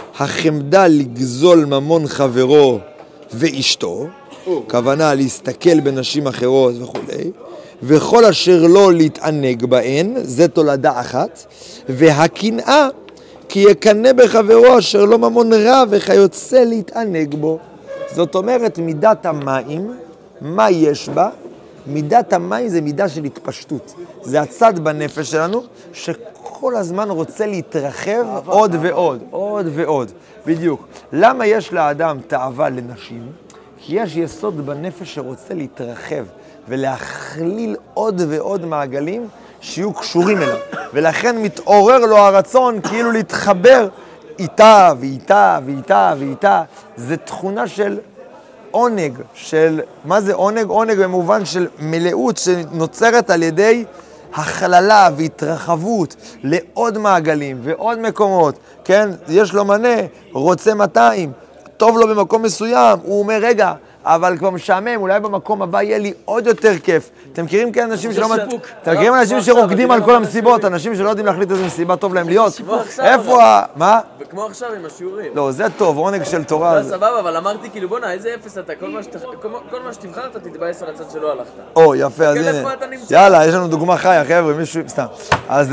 Speaker 1: החמדה לגזול ממון חברו ואשתו, כוונה להסתכל בנשים אחרות וכו', וכל אשר לא להתענג בהן, זה תולדה אחת, והקנאה, כי יקנה בחברו אשר לא ממון רע וכיוצא להתענג בו. זאת אומרת, מידת המים, מה יש בה? מידת המים זה מידה של התפשטות. זה הצד בנפש שלנו שכל הזמן רוצה להתרחב עוד ועוד, עוד ועוד. בדיוק. למה יש לאדם תאווה לנשים? כי יש יסוד בנפש שרוצה להתרחב ולהכליל עוד ועוד מעגלים שיהיו קשורים אליו. ולכן מתעורר לו הרצון כאילו להתחבר איתה ואיתה ואיתה ואיתה. זה תכונה של עונג, של, מה זה עונג? עונג במובן של מלאות שנוצרת על ידי הכללה והתרחבות לעוד מעגלים ועוד מקומות, כן? יש לו מנה, רוצה מאתיים, טוב לו במקום מסוים, הוא אומר רגע, אבל כבר משעמם, אולי במקום הבא יהיה לי עוד יותר כיף. אתם מכירים כאן אנשים שלא... אתם מכירים אנשים שרוקדים על כל המסיבות, אנשים שלא יודעים להחליט איזה מסיבה טוב להם להיות? איפה ה... מה?
Speaker 3: וכמו עכשיו עם השיעורים.
Speaker 1: לא, זה טוב, עונג של תורה.
Speaker 3: לא, סבבה, אבל אמרתי כאילו בונה, איזה אפס אתה, כל מה שתבחר אתה תתבאס על הצד שלא הלכת.
Speaker 1: או, יפה, אז הנה. יאללה, יש לנו דוגמה חיה, חבר'ה, מישהו... סתם. אז...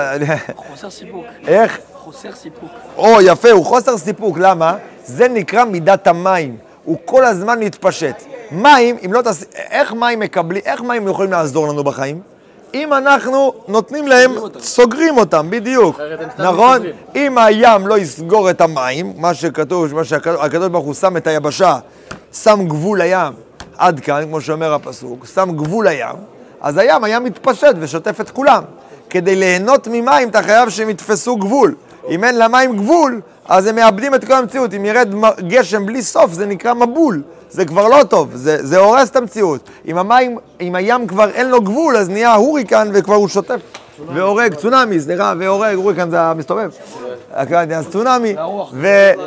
Speaker 4: חוסר סיפוק.
Speaker 1: איך?
Speaker 4: חוסר סיפוק.
Speaker 1: או, יפה, הוא חוסר סיפוק, למה? זה נקרא מידת המים. הוא כל הזמן מתפשט. מים, אם לא תעשי... איך מים מקבלים, איך מים יכולים לעזור לנו בחיים? אם אנחנו נותנים להם, סוגרים אותם, בדיוק. נכון? אם הים לא יסגור את המים, מה שכתוב, מה שהקדוש ברוך הוא שם את היבשה, שם גבול לים, עד כאן, כמו שאומר הפסוק, שם גבול לים, אז הים היה מתפשט ושוטף את כולם. כדי ליהנות ממים, אתה חייב שהם יתפסו גבול. אם אין למים גבול, אז הם מאבדים את כל המציאות. אם ירד גשם בלי סוף, זה נקרא מבול. זה כבר לא טוב, זה, זה הורס את המציאות. אם המים, אם הים כבר אין לו גבול, אז נהיה הוריקן וכבר הוא שוטף והורג, צונאמי, סליחה, והורג, הוריקן זה המסתובב. אז צונאמי, ו...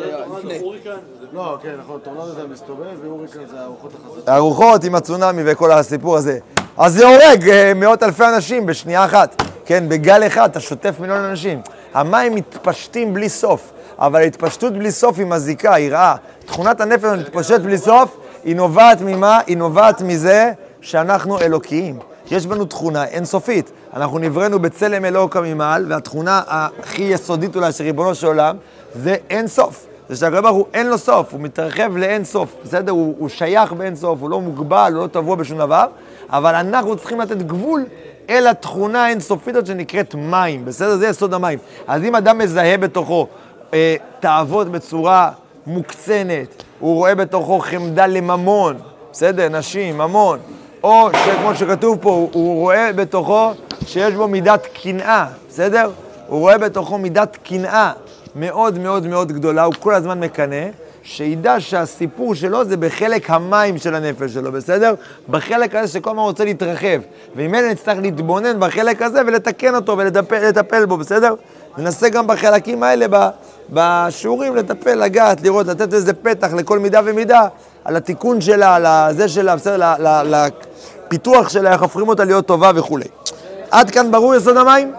Speaker 6: לא, כן, נכון, טורנדו זה המסתובב, והוריקן זה הרוחות החזקות.
Speaker 1: הרוחות עם הצונאמי וכל הסיפור הזה. אז זה הורג מאות אלפי אנשים בשנייה אחת. כן, בגל אחד, אתה שוטף מיליון אנשים. המים מתפשטים בלי סוף. אבל ההתפשטות בלי סוף היא מזיקה, היא רעה. תכונת הנפש מתפשט בלי סוף, היא נובעת ממה? היא נובעת מזה שאנחנו אלוקיים. יש בנו תכונה אינסופית. אנחנו נבראנו בצלם אלוקה ממעל, והתכונה הכי יסודית אולי של ריבונו של עולם, זה אין סוף. זה שהקדוש ברוך הוא אין לו סוף, הוא מתרחב לאין סוף. בסדר? הוא, הוא שייך באין סוף, הוא לא מוגבל, הוא לא טבוע בשום דבר, אבל אנחנו צריכים לתת גבול אל התכונה האינסופית שנקראת מים. בסדר? זה יסוד המים. אז אם אדם מזהה בתוכו תאוות בצורה מוקצנת, הוא רואה בתוכו חמדה לממון, בסדר, נשים, ממון, או שכמו שכתוב פה, הוא רואה בתוכו שיש בו מידת קנאה, בסדר? הוא רואה בתוכו מידת קנאה מאוד מאוד מאוד גדולה, הוא כל הזמן מקנא, שידע שהסיפור שלו זה בחלק המים של הנפש שלו, בסדר? בחלק הזה שכל מה רוצה להתרחב, ואם אלה נצטרך להתבונן בחלק הזה ולתקן אותו ולטפל בו, בסדר? ננסה גם בחלקים האלה, בשיעורים, לטפל, לגעת, לראות, לתת איזה פתח לכל מידה ומידה, על התיקון שלה, על זה שלה, בסדר, לפיתוח שלה, איך הופכים אותה להיות טובה וכו'. עד כאן ברור יסוד המים?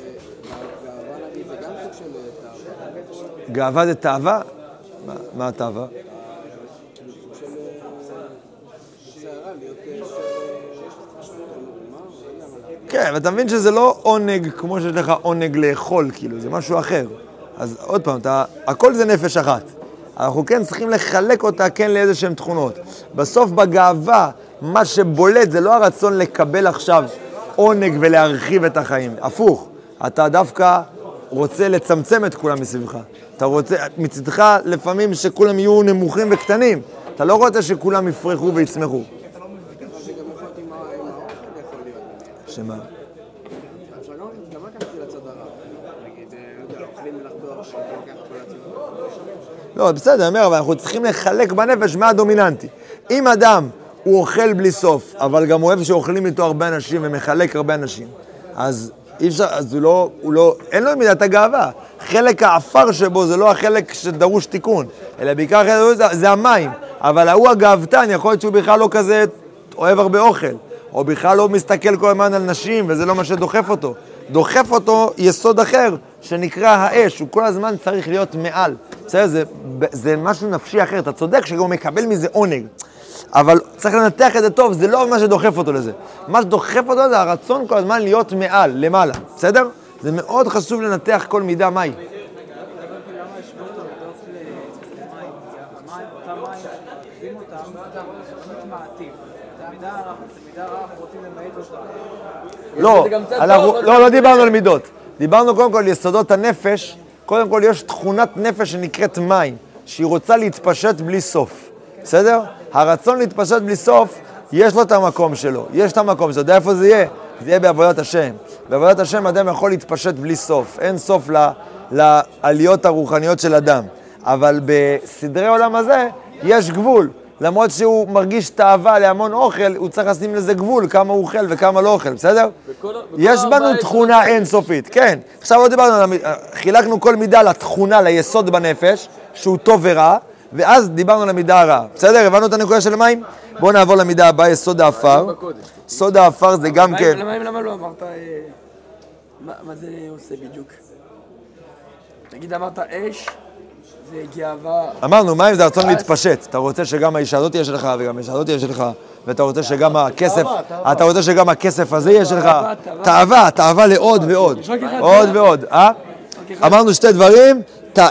Speaker 1: גאווה זה תאווה? מה התאווה? כן, ואתה מבין שזה לא עונג כמו שיש לך עונג לאכול, כאילו, זה משהו אחר. אז עוד פעם, אתה, הכל זה נפש אחת. אנחנו כן צריכים לחלק אותה כן לאיזה שהן תכונות. בסוף בגאווה, מה שבולט זה לא הרצון לקבל עכשיו עונג ולהרחיב את החיים. הפוך, אתה דווקא רוצה לצמצם את כולם מסביבך. אתה רוצה, מצדך לפעמים שכולם יהיו נמוכים וקטנים. אתה לא רוצה שכולם יפרחו ויצמחו. שמה? לא, בסדר, אני אומר, אבל אנחנו צריכים לחלק בנפש מה הדומיננטי. אם אדם הוא אוכל בלי סוף, אבל גם אוהב שאוכלים איתו הרבה אנשים ומחלק הרבה אנשים, אז אי אפשר, אז הוא לא, הוא לא, אין לו מידת הגאווה. חלק האפר שבו זה לא החלק שדרוש תיקון, אלא בעיקר זה, זה המים. אבל הוא הגאוותן, יכול להיות שהוא בכלל לא כזה אוהב הרבה אוכל, או בכלל לא מסתכל כל הזמן על נשים, וזה לא מה שדוחף אותו. דוחף אותו יסוד אחר, שנקרא האש, הוא כל הזמן צריך להיות מעל. בסדר, זה, זה משהו נפשי אחר, אתה צודק שגם הוא מקבל מזה עונג. אבל צריך לנתח את זה טוב, זה לא מה שדוחף אותו לזה. מה שדוחף אותו זה הרצון כל הזמן להיות מעל, למעלה. בסדר? זה מאוד חשוב לנתח כל מידה מהי. לא, אנחנו, לא, לא דיברנו על מידות. דיברנו קודם כל על יסודות הנפש. קודם כל יש תכונת נפש שנקראת מים, שהיא רוצה להתפשט בלי סוף. בסדר? הרצון להתפשט בלי סוף, יש לו את המקום שלו. יש את המקום שלו. יודע איפה זה יהיה? זה יהיה בעבודת השם. בעבודת השם אדם יכול להתפשט בלי סוף. אין סוף ל, לעליות הרוחניות של אדם. אבל בסדרי עולם הזה יש גבול. למרות שהוא מרגיש תאווה להמון אוכל, הוא צריך לשים לזה גבול, כמה הוא אוכל וכמה לא אוכל, בסדר? בכל, בכל יש בנו תכונה אינסופית, כן. עכשיו לא דיברנו, חילקנו כל מידה לתכונה, ליסוד בנפש, שהוא טוב ורע, ואז דיברנו על המידה הרעה. בסדר? הבנו את הנקודה של המים? בואו נעבור למידה הבאה, יסוד האפר. סוד האפר זה גם כן...
Speaker 4: למים למה לא אמרת... מה זה עושה בדיוק? נגיד אמרת אש, זה גאווה...
Speaker 1: אמרנו, מים זה רצון להתפשט. אתה רוצה שגם האישה הזאת תהיה שלך, וגם האישה הזאת תהיה שלך, ואתה רוצה שגם הכסף... אתה רוצה שגם הכסף הזה יהיה שלך. תאווה, תאווה לעוד ועוד. עוד ועוד, אה? אמרנו שתי דברים,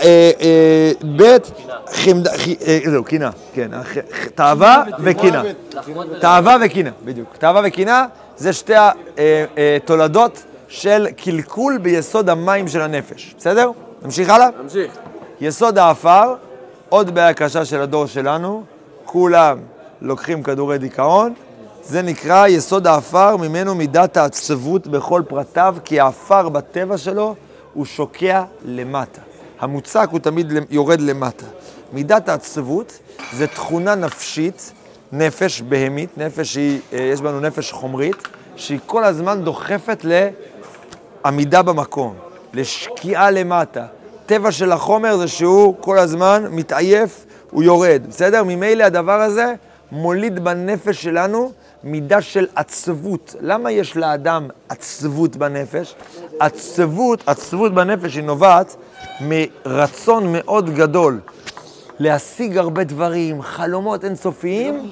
Speaker 1: ב' זהו, קינה, כן, תאווה וקינה. תאווה וקינה, בדיוק. תאווה וקינה זה שתי התולדות של קלקול ביסוד המים של הנפש. בסדר? נמשיך הלאה?
Speaker 3: נמשיך.
Speaker 1: יסוד האפר, עוד בעיה קשה של הדור שלנו, כולם לוקחים כדורי דיכאון, זה נקרא יסוד האפר, ממנו מידת העצבות בכל פרטיו, כי האפר בטבע שלו הוא שוקע למטה. המוצק הוא תמיד יורד למטה. מידת העצבות זה תכונה נפשית, נפש בהמית, נפש שהיא, יש בנו נפש חומרית, שהיא כל הזמן דוחפת לעמידה במקום, לשקיעה למטה. טבע של החומר זה שהוא כל הזמן מתעייף, הוא יורד. בסדר? ממילא הדבר הזה מוליד בנפש שלנו מידה של עצבות. למה יש לאדם עצבות בנפש? עצבות, עצבות בנפש היא נובעת מרצון מאוד גדול להשיג הרבה דברים, חלומות אינסופיים,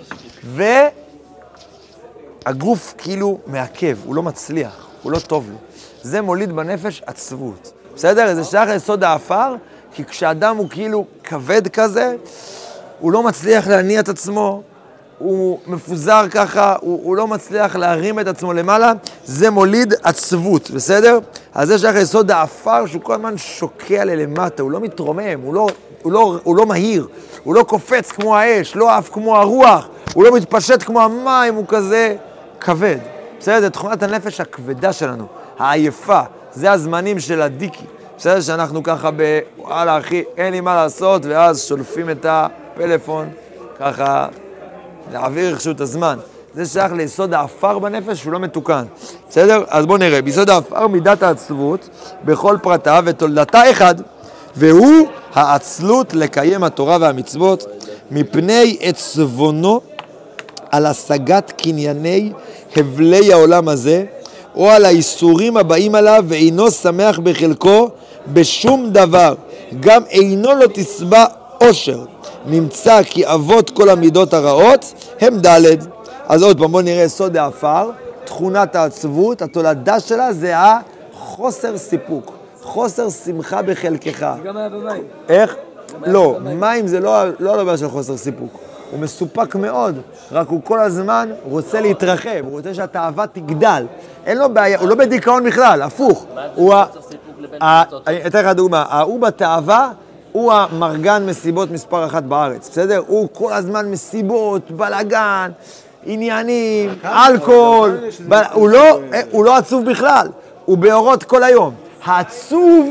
Speaker 1: והגוף כאילו מעכב, הוא לא מצליח, הוא לא טוב לו. זה מוליד בנפש עצבות. בסדר? זה שייך ליסוד האפר, כי כשאדם הוא כאילו כבד כזה, הוא לא מצליח להניע את עצמו, הוא מפוזר ככה, הוא, הוא לא מצליח להרים את עצמו למעלה, זה מוליד עצבות, בסדר? אז זה שייך ליסוד האפר, שהוא כל הזמן שוקע ללמטה, הוא לא מתרומם, הוא לא, הוא לא, הוא לא מהיר, הוא לא קופץ כמו האש, לא עף כמו הרוח, הוא לא מתפשט כמו המים, הוא כזה כבד. בסדר? זה תכונת הנפש הכבדה שלנו, העייפה. זה הזמנים של הדיקי. בסדר שאנחנו ככה ב... וואלה אחי, אין לי מה לעשות, ואז שולפים את הפלאפון, ככה להעביר איכשהו את הזמן. זה שייך ליסוד האפר בנפש, שהוא לא מתוקן. בסדר? אז בואו נראה. ביסוד האפר מידת העצבות בכל פרטיו ותולדתה אחד, והוא העצלות לקיים התורה והמצוות, מפני עצבונו על השגת קנייני הבלי העולם הזה, או על האיסורים הבאים עליו, ואינו שמח בחלקו בשום דבר. גם אינו לא תשבע עושר. נמצא כי אבות כל המידות הרעות הם ד'. אז עוד פעם, בואו נראה סוד האפר. תכונת העצבות, התולדה שלה זה החוסר סיפוק. חוסר שמחה בחלקך.
Speaker 4: זה גם היה במים.
Speaker 1: איך? לא, מים זה לא, לא לבעיה של חוסר סיפוק. הוא מסופק מאוד, רק הוא כל הזמן רוצה להתרחב, הוא רוצה שהתאווה תגדל. אין לו בעיה, הוא לא בדיכאון בכלל, הפוך. הוא ה... אני אתן לך דוגמה, הוא בתאווה, הוא המרגן מסיבות מספר אחת בארץ, בסדר? הוא כל הזמן מסיבות, בלגן, עניינים, אלכוהול, הוא לא עצוב בכלל, הוא באורות כל היום. העצוב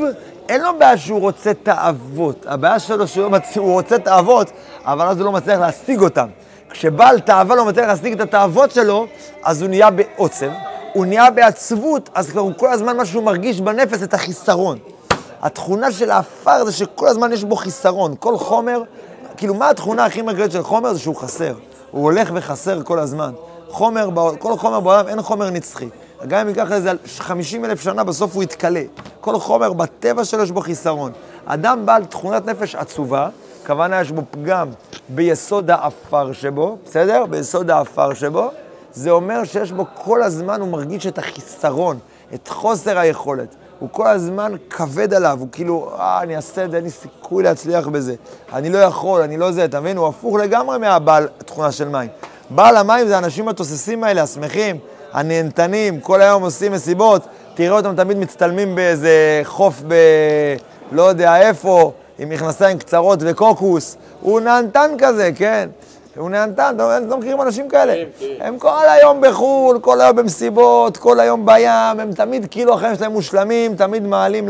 Speaker 1: אין לו בעיה שהוא רוצה תאוות. הבעיה שלו שהוא מצ... רוצה תאוות, אבל אז הוא לא מצליח להשיג אותם. כשבעל תאווה לא מצליח להשיג את התאוות שלו, אז הוא נהיה בעוצם, הוא נהיה בעצבות, אז כבר הוא כל הזמן מה שהוא מרגיש בנפש את החיסרון. התכונה של האפר זה שכל הזמן יש בו חיסרון. כל חומר, כאילו מה התכונה הכי מרכזית של חומר? זה שהוא חסר. הוא הולך וחסר כל הזמן. חומר, כל חומר בעולם אין חומר נצחי. גם אם ייקח לזה חמישים אלף שנה, בסוף הוא יתקלה. כל חומר בטבע שלו יש בו חיסרון. אדם בעל תכונת נפש עצובה, כוונה יש בו פגם ביסוד האפר שבו, בסדר? ביסוד האפר שבו, זה אומר שיש בו כל הזמן, הוא מרגיש את החיסרון, את חוסר היכולת. הוא כל הזמן כבד עליו, הוא כאילו, אה, אני אעשה את זה, אין לי סיכוי להצליח בזה. אני לא יכול, אני לא זה, אתה מבין? הוא הפוך לגמרי מהבעל תכונה של מים. בעל המים זה האנשים התוססים האלה, השמחים, הנהנתנים, כל היום עושים מסיבות, תראה אותם תמיד מצטלמים באיזה חוף ב... לא יודע איפה, עם מכנסיים קצרות וקוקוס. הוא נהנתן כזה, כן? הוא נהנתן, לא, לא מכירים אנשים כאלה. הם כל היום בחול, כל היום במסיבות, כל היום בים, הם תמיד כאילו החיים שלהם מושלמים, תמיד מעלים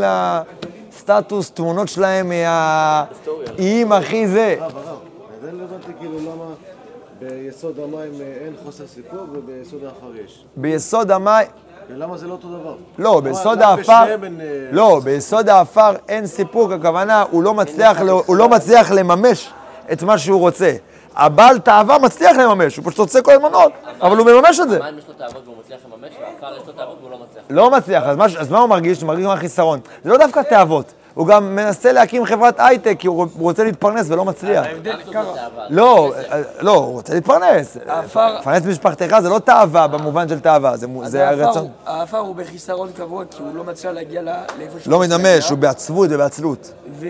Speaker 1: לסטטוס תמונות שלהם מהאיים הכי זה.
Speaker 6: הרב, הרב, עדיין לא הבנתי כאילו למה ביסוד המים אין חוסר סיפוק וביסוד האפר יש.
Speaker 1: ביסוד המים...
Speaker 6: ולמה זה לא אותו דבר?
Speaker 1: לא, ביסוד האפר... לא, ביסוד האפר אין סיפוק, הכוונה, הוא לא מצליח, הוא לא מצליח לממש את מה שהוא רוצה. הבעל תאווה מצליח לממש, הוא פשוט רוצה כל הזמנות, אבל הוא מממש את זה.
Speaker 7: המים יש לו תאוות והוא מצליח לממש, והאפר יש לו תאוות והוא לא מצליח.
Speaker 1: לא מצליח, אז מה, אז מה הוא מרגיש? הוא מרגיש מהחיסרון. זה לא דווקא תאוות, הוא גם מנסה להקים חברת הייטק, כי הוא רוצה להתפרנס ולא מצליח.
Speaker 4: ההבדל, ככה.
Speaker 1: לא, לא, הוא רוצה להתפרנס. להתפרנס במשפחתך זה לא תאווה במובן של תאווה, זה הרצון.
Speaker 4: האפר הוא בחיסרון כבוד, כי הוא לא מצליח להגיע לאיפה שהוא...
Speaker 1: לא מנמש, הוא בעצבות ובעצלות.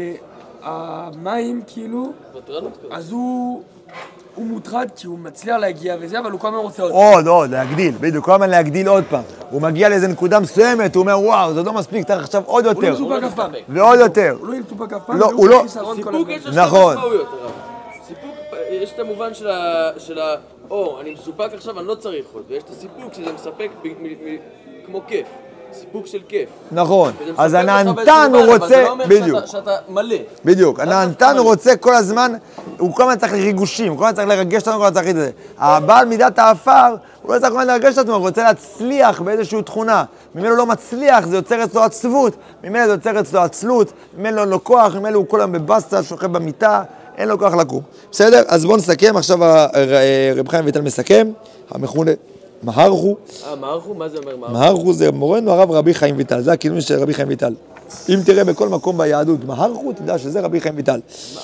Speaker 4: והמים כאילו, אז הוא... הוא מוטרד כי הוא מצליח להגיע וזה, אבל הוא כל הזמן רוצה עוד.
Speaker 1: עוד, עוד, להגדיל, בדיוק, כל הזמן להגדיל עוד פעם. הוא מגיע לאיזו נקודה מסוימת, הוא אומר, וואו, זה לא מספיק, צריך עכשיו עוד יותר.
Speaker 4: הוא לא מסופק אף פעם.
Speaker 1: ועוד יותר.
Speaker 4: הוא לא מסופק אף פעם,
Speaker 1: הוא לא...
Speaker 3: סיפוק יש לו שתי
Speaker 1: נכון.
Speaker 3: משמעויות, הרב. סיפוק, יש את המובן של ה... או, אני מסופק עכשיו, אני לא צריך עוד. ויש את הסיפוק שזה מספק כמו כיף. סיפוק של כיף.
Speaker 1: נכון, אז הנהנתן הוא רוצה, בדיוק,
Speaker 3: שאתה מלא.
Speaker 1: בדיוק, הנהנתן הוא רוצה כל הזמן, הוא כל הזמן צריך לריגושים, הוא כל הזמן צריך לרגש אותנו, כל הזמן צריך את זה. הבעל מידת האפר, הוא לא צריך כל הזמן לרגש אותנו, הוא רוצה להצליח באיזושהי תכונה. ממנו לא מצליח, זה יוצר אצלו עצבות, ממנו זה יוצר אצלו עצלות, ממנו אין לו כוח, ממנו הוא כל היום בבסטה, שוכב במיטה, אין לו כוח לקום. בסדר? אז בואו נסכם, עכשיו רב חיים ויטל מסכם, המכונה מהרחו.
Speaker 3: אה, מהרחו? מה זה אומר מהרחו?
Speaker 1: מהרחו זה מורנו הרב רבי חיים ויטל, זה הכינוי של רבי חיים ויטל. אם תראה בכל מקום ביהדות מהרחו, תדע שזה רבי חיים ויטל.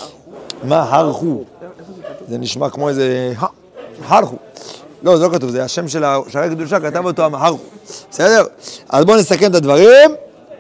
Speaker 1: מהרחו. זה נשמע כמו איזה... מהרחו. לא, זה לא כתוב, זה השם של שערי קדושה, כתב אותו המהרחו. בסדר? אז בואו נסכם את הדברים.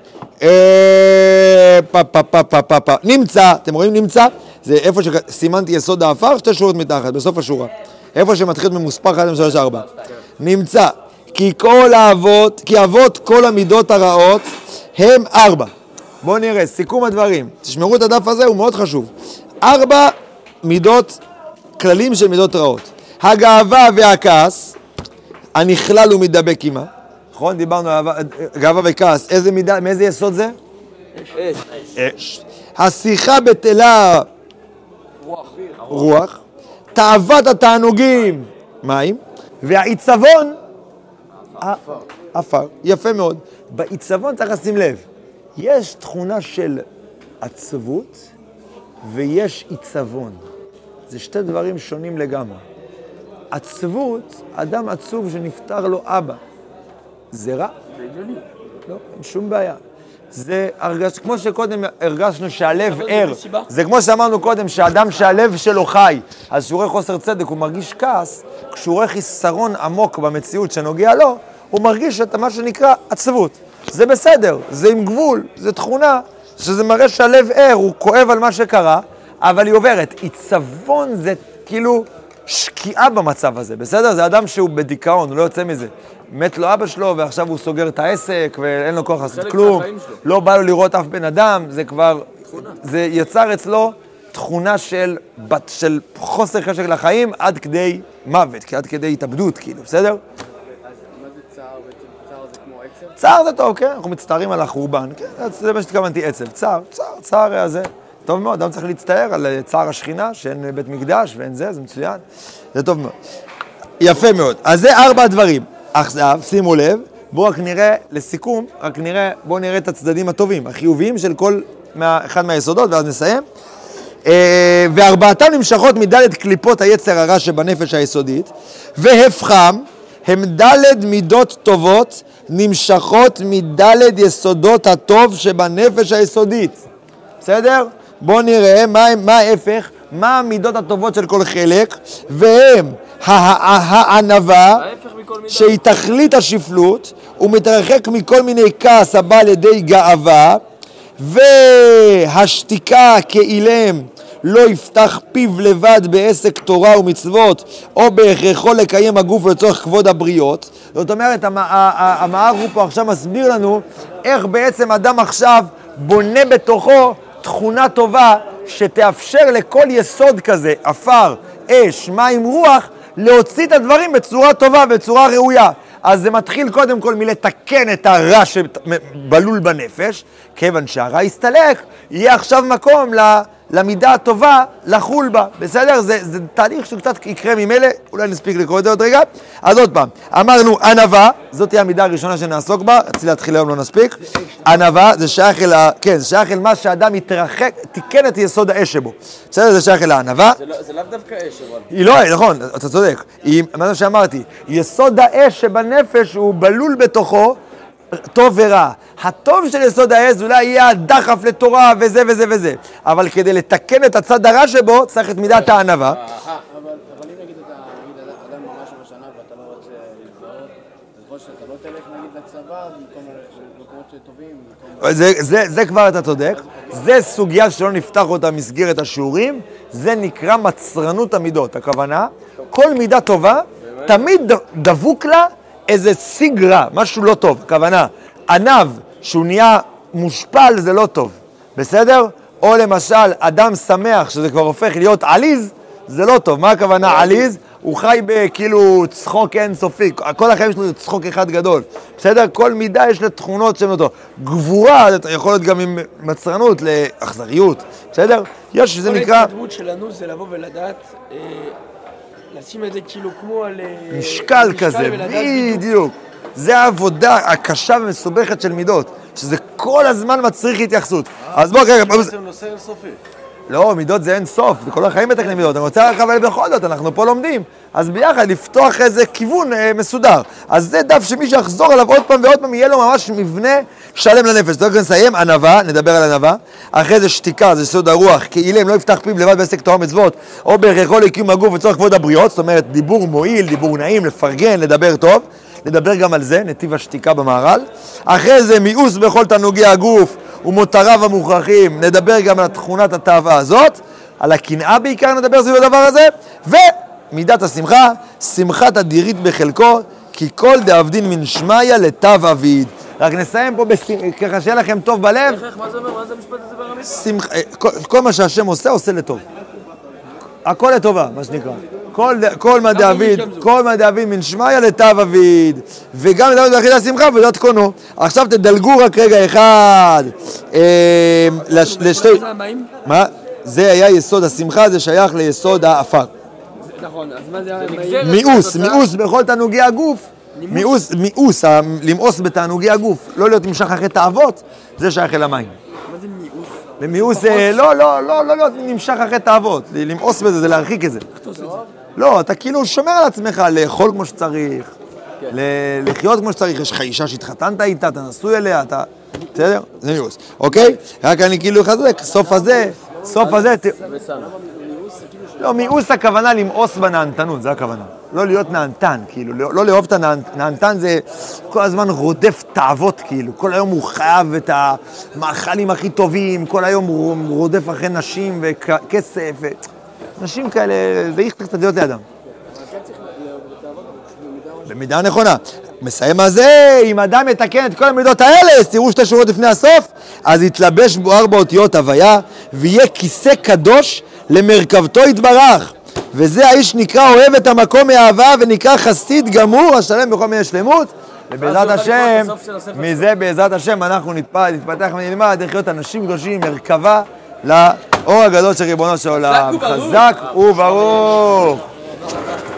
Speaker 1: נמצא, אתם רואים נמצא? זה איפה שסימנתי יסוד האפר, שתי שורות מתחת, בסוף השורה. איפה שמתחיל ממוספר אחד שלוש ארבע. נמצא, כי כל האבות, כי אבות כל המידות הרעות הם ארבע. בואו נראה, סיכום הדברים. תשמרו את הדף הזה, הוא מאוד חשוב. ארבע מידות, כללים של מידות רעות. הגאווה והכעס, הנכלל ומדבק עמה. נכון? דיברנו על גאווה וכעס. איזה מידה, מאיזה יסוד זה?
Speaker 3: אש.
Speaker 1: אש. השיחה בטלה,
Speaker 3: רוח.
Speaker 1: רוח. תאוות התענוגים, מים. והעיצבון, אפר. יפה מאוד. בעיצבון צריך לשים לב. יש תכונה של עצבות ויש עיצבון. זה שתי דברים שונים לגמרי. עצבות, אדם עצוב שנפטר לו אבא. זה רע?
Speaker 4: זה הגיוני.
Speaker 1: לא, אין שום בעיה. זה הרגש, כמו שקודם הרגשנו שהלב ער, זה כמו שאמרנו קודם, שאדם שהלב שלו חי, אז כשהוא רואה חוסר צדק, הוא מרגיש כעס, כשהוא רואה חיסרון עמוק במציאות שנוגע לו, הוא מרגיש את מה שנקרא עצבות. זה בסדר, זה עם גבול, זה תכונה, שזה מראה שהלב ער, הוא כואב על מה שקרה, אבל היא עוברת. עיצבון זה כאילו שקיעה במצב הזה, בסדר? זה אדם שהוא בדיכאון, הוא לא יוצא מזה. מת לו אבא שלו ועכשיו הוא סוגר את העסק ואין לו כוח לעשות כלום, לא בא לו לראות אף בן אדם, זה כבר, זה יצר אצלו תכונה של, של חוסר חשק לחיים עד כדי מוות, עד כדי התאבדות, כאילו, בסדר?
Speaker 2: אז מה זה צער? בעצם צער זה כמו עצב
Speaker 1: צער זה טוב, כן? אנחנו מצטערים על החורבן, כן? זה מה שהתכוונתי עצב, צער, צער, צער הזה. טוב מאוד, אדם צריך להצטער על צער השכינה, שאין בית מקדש ואין זה, זה מצוין. זה טוב מאוד. יפה מאוד. אז זה ארבע דברים. עכשיו, שימו לב, בואו רק נראה, לסיכום, רק נראה, בואו נראה את הצדדים הטובים, החיוביים של כל אחד מהיסודות, ואז נסיים. וארבעתם נמשכות מדלת קליפות היצר הרע שבנפש היסודית, והפכם הם דלת מידות טובות נמשכות מדלת יסודות הטוב שבנפש היסודית. בסדר? בואו נראה מה, מה ההפך, מה המידות הטובות של כל חלק, והם הענווה, שהיא תכלית השפלות, ומתרחק מכל מיני כעס הבא על ידי גאווה, והשתיקה כאילם לא יפתח פיו לבד בעסק תורה ומצוות, או בהכרחו לקיים הגוף לצורך כבוד הבריות. זאת אומרת, המאור הוא פה עכשיו מסביר לנו איך בעצם אדם עכשיו בונה בתוכו תכונה טובה שתאפשר לכל יסוד כזה, אפר, אש, מים, רוח, להוציא את הדברים בצורה טובה, בצורה ראויה. אז זה מתחיל קודם כל מלתקן את הרע שבלול בנפש, כיוון שהרע יסתלק, יהיה עכשיו מקום למידה הטובה לחול בה. בסדר? זה, זה תהליך שקצת יקרה ממילא, אולי נספיק לקרוא את זה עוד רגע. אז עוד פעם, אמרנו ענווה, זאת היא המידה הראשונה שנעסוק בה, רציתי להתחיל היום לא נספיק. ענווה זה שייך אל, כן, זה שייך אל מה שאדם יתרחק, תיקן את יסוד האש שבו. בסדר? זה שייך אל הענווה.
Speaker 3: זה, לא, זה לאו דווקא אש, אבל...
Speaker 1: היא לא, נכון, אתה צודק. היא, מה זה שאמרתי, יסוד האש שבנפש הוא בלול בתוכו, טוב ורע. הטוב של יסוד האש אולי יהיה הדחף לתורה וזה וזה וזה. אבל כדי לתקן את הצד הרע שבו, צריך את מידת הענווה.
Speaker 2: אבל אם נגיד אתה אדם ממש בשנה ואתה לא רוצה להתגאות, אז יכול שאתה לא תלך נגיד לצבא במקומות טובים.
Speaker 1: זה כבר אתה צודק. זה סוגיה שלא נפתח אותה מסגרת השיעורים. זה נקרא מצרנות המידות. הכוונה, כל מידה טובה, תמיד דבוק לה איזה שיג רע, משהו לא טוב. הכוונה, ענב שהוא נהיה מושפל זה לא טוב, בסדר? או למשל, אדם שמח שזה כבר הופך להיות עליז, זה לא טוב. מה הכוונה עליז? הוא חי בכאילו צחוק אינסופי, כל החיים שלו זה צחוק אחד גדול, בסדר? כל מידה יש לתכונות שהן לא טוב. גבורה, זה יכול להיות גם עם מצרנות לאכזריות, בסדר? יש, זה נקרא...
Speaker 4: כל ההתקדמות שלנו זה לבוא ולדעת... לשים את זה כאילו כמו על...
Speaker 1: משקל כזה, בדיוק. זה העבודה הקשה ומסובכת של מידות, שזה כל הזמן מצריך התייחסות. אז בואו, רגע...
Speaker 6: זה נושא אינסופי.
Speaker 1: לא, מידות זה אין סוף, וכל החיים מתקנים מידות. אני רוצה רק אבל בכל זאת, אנחנו פה לומדים. אז ביחד לפתוח איזה כיוון אה, מסודר. אז זה דף שמי שיחזור עליו עוד פעם ועוד פעם, יהיה לו ממש מבנה שלם לנפש. זאת אומרת, נסיים, ענווה, נדבר על ענווה. אחרי זה שתיקה, זה יסוד הרוח, כאילם לא יפתח פיו לבד בעסק תורה ומצוות, או בהכרחו לקיום הגוף לצורך כבוד הבריות. זאת אומרת, דיבור מועיל, דיבור נעים, לפרגן, לדבר טוב. נדבר גם על זה, נתיב השתיקה במהר"ל. אחרי זה מיאוס בכל תענוגי הגוף ומותריו המוכרחים, נדבר גם על תכונת התאווה הזאת, על הקנאה בעיקר נדבר סביב הדבר הזה, ומידת השמחה, שמחת אדירית בחלקו, כי כל דאבדין מן שמיא לטב אביד. רק נסיים פה ככה שיהיה לכם טוב בלב.
Speaker 3: מה זה אומר? מה זה המשפט הזה ברמית?
Speaker 1: כל מה שהשם עושה, עושה לטוב. הכל לטובה, מה שנקרא. כל, כל מה דאביד, כל מה דאביד מן שמיא לטב אביד, וגם לדעת ביחיד השמחה ולדעת קונו. עכשיו תדלגו רק רגע אחד. לשתי... מה? זה היה יסוד השמחה, זה שייך ליסוד האפר.
Speaker 4: נכון, אז מה זה היה?
Speaker 1: מיאוס, מיאוס בכל תענוגי הגוף. מיאוס, מיאוס, למאוס בתענוגי הגוף, לא להיות נמשך אחרי תאוות, זה שייך אל המים.
Speaker 4: מה זה מיאוס?
Speaker 1: ומיאוס, לא, לא, לא, לא להיות נמשך אחרי תאוות, למאוס בזה, זה להרחיק את זה. לא, אתה כאילו שומר על עצמך, לאכול כמו שצריך, לחיות כמו שצריך, יש לך אישה שהתחתנת איתה, אתה נשוי אליה, אתה... בסדר? זה מיאוס. אוקיי? רק אני כאילו חזק, סוף הזה, סוף הזה... לא, מיאוס הכוונה למאוס בנהנתנות, זה הכוונה. לא להיות נהנתן, כאילו, לא לאהוב את הנהנתן, זה כל הזמן רודף תאוות, כאילו. כל היום הוא חייב את המאכלים הכי טובים, כל היום הוא רודף אחרי נשים וכסף, נשים כאלה, זה איך קצת להיות לאדם. במידה נכונה. מסיים הזה, אם אדם יתקן את כל המידות האלה, אז תראו שתי שורות לפני הסוף, אז יתלבש בו ארבע אותיות הוויה, ויהיה כיסא קדוש למרכבתו יתברך. וזה האיש נקרא אוהב את המקום מאהבה, ונקרא חסיד גמור, השלם בכל מיני שלמות. ובעזרת השם, מזה בעזרת השם אנחנו נתפתח ונלמד איך להיות אנשים קדושים, מרכבה לאור הגדול של ריבונו של עולם. חזק וברוך.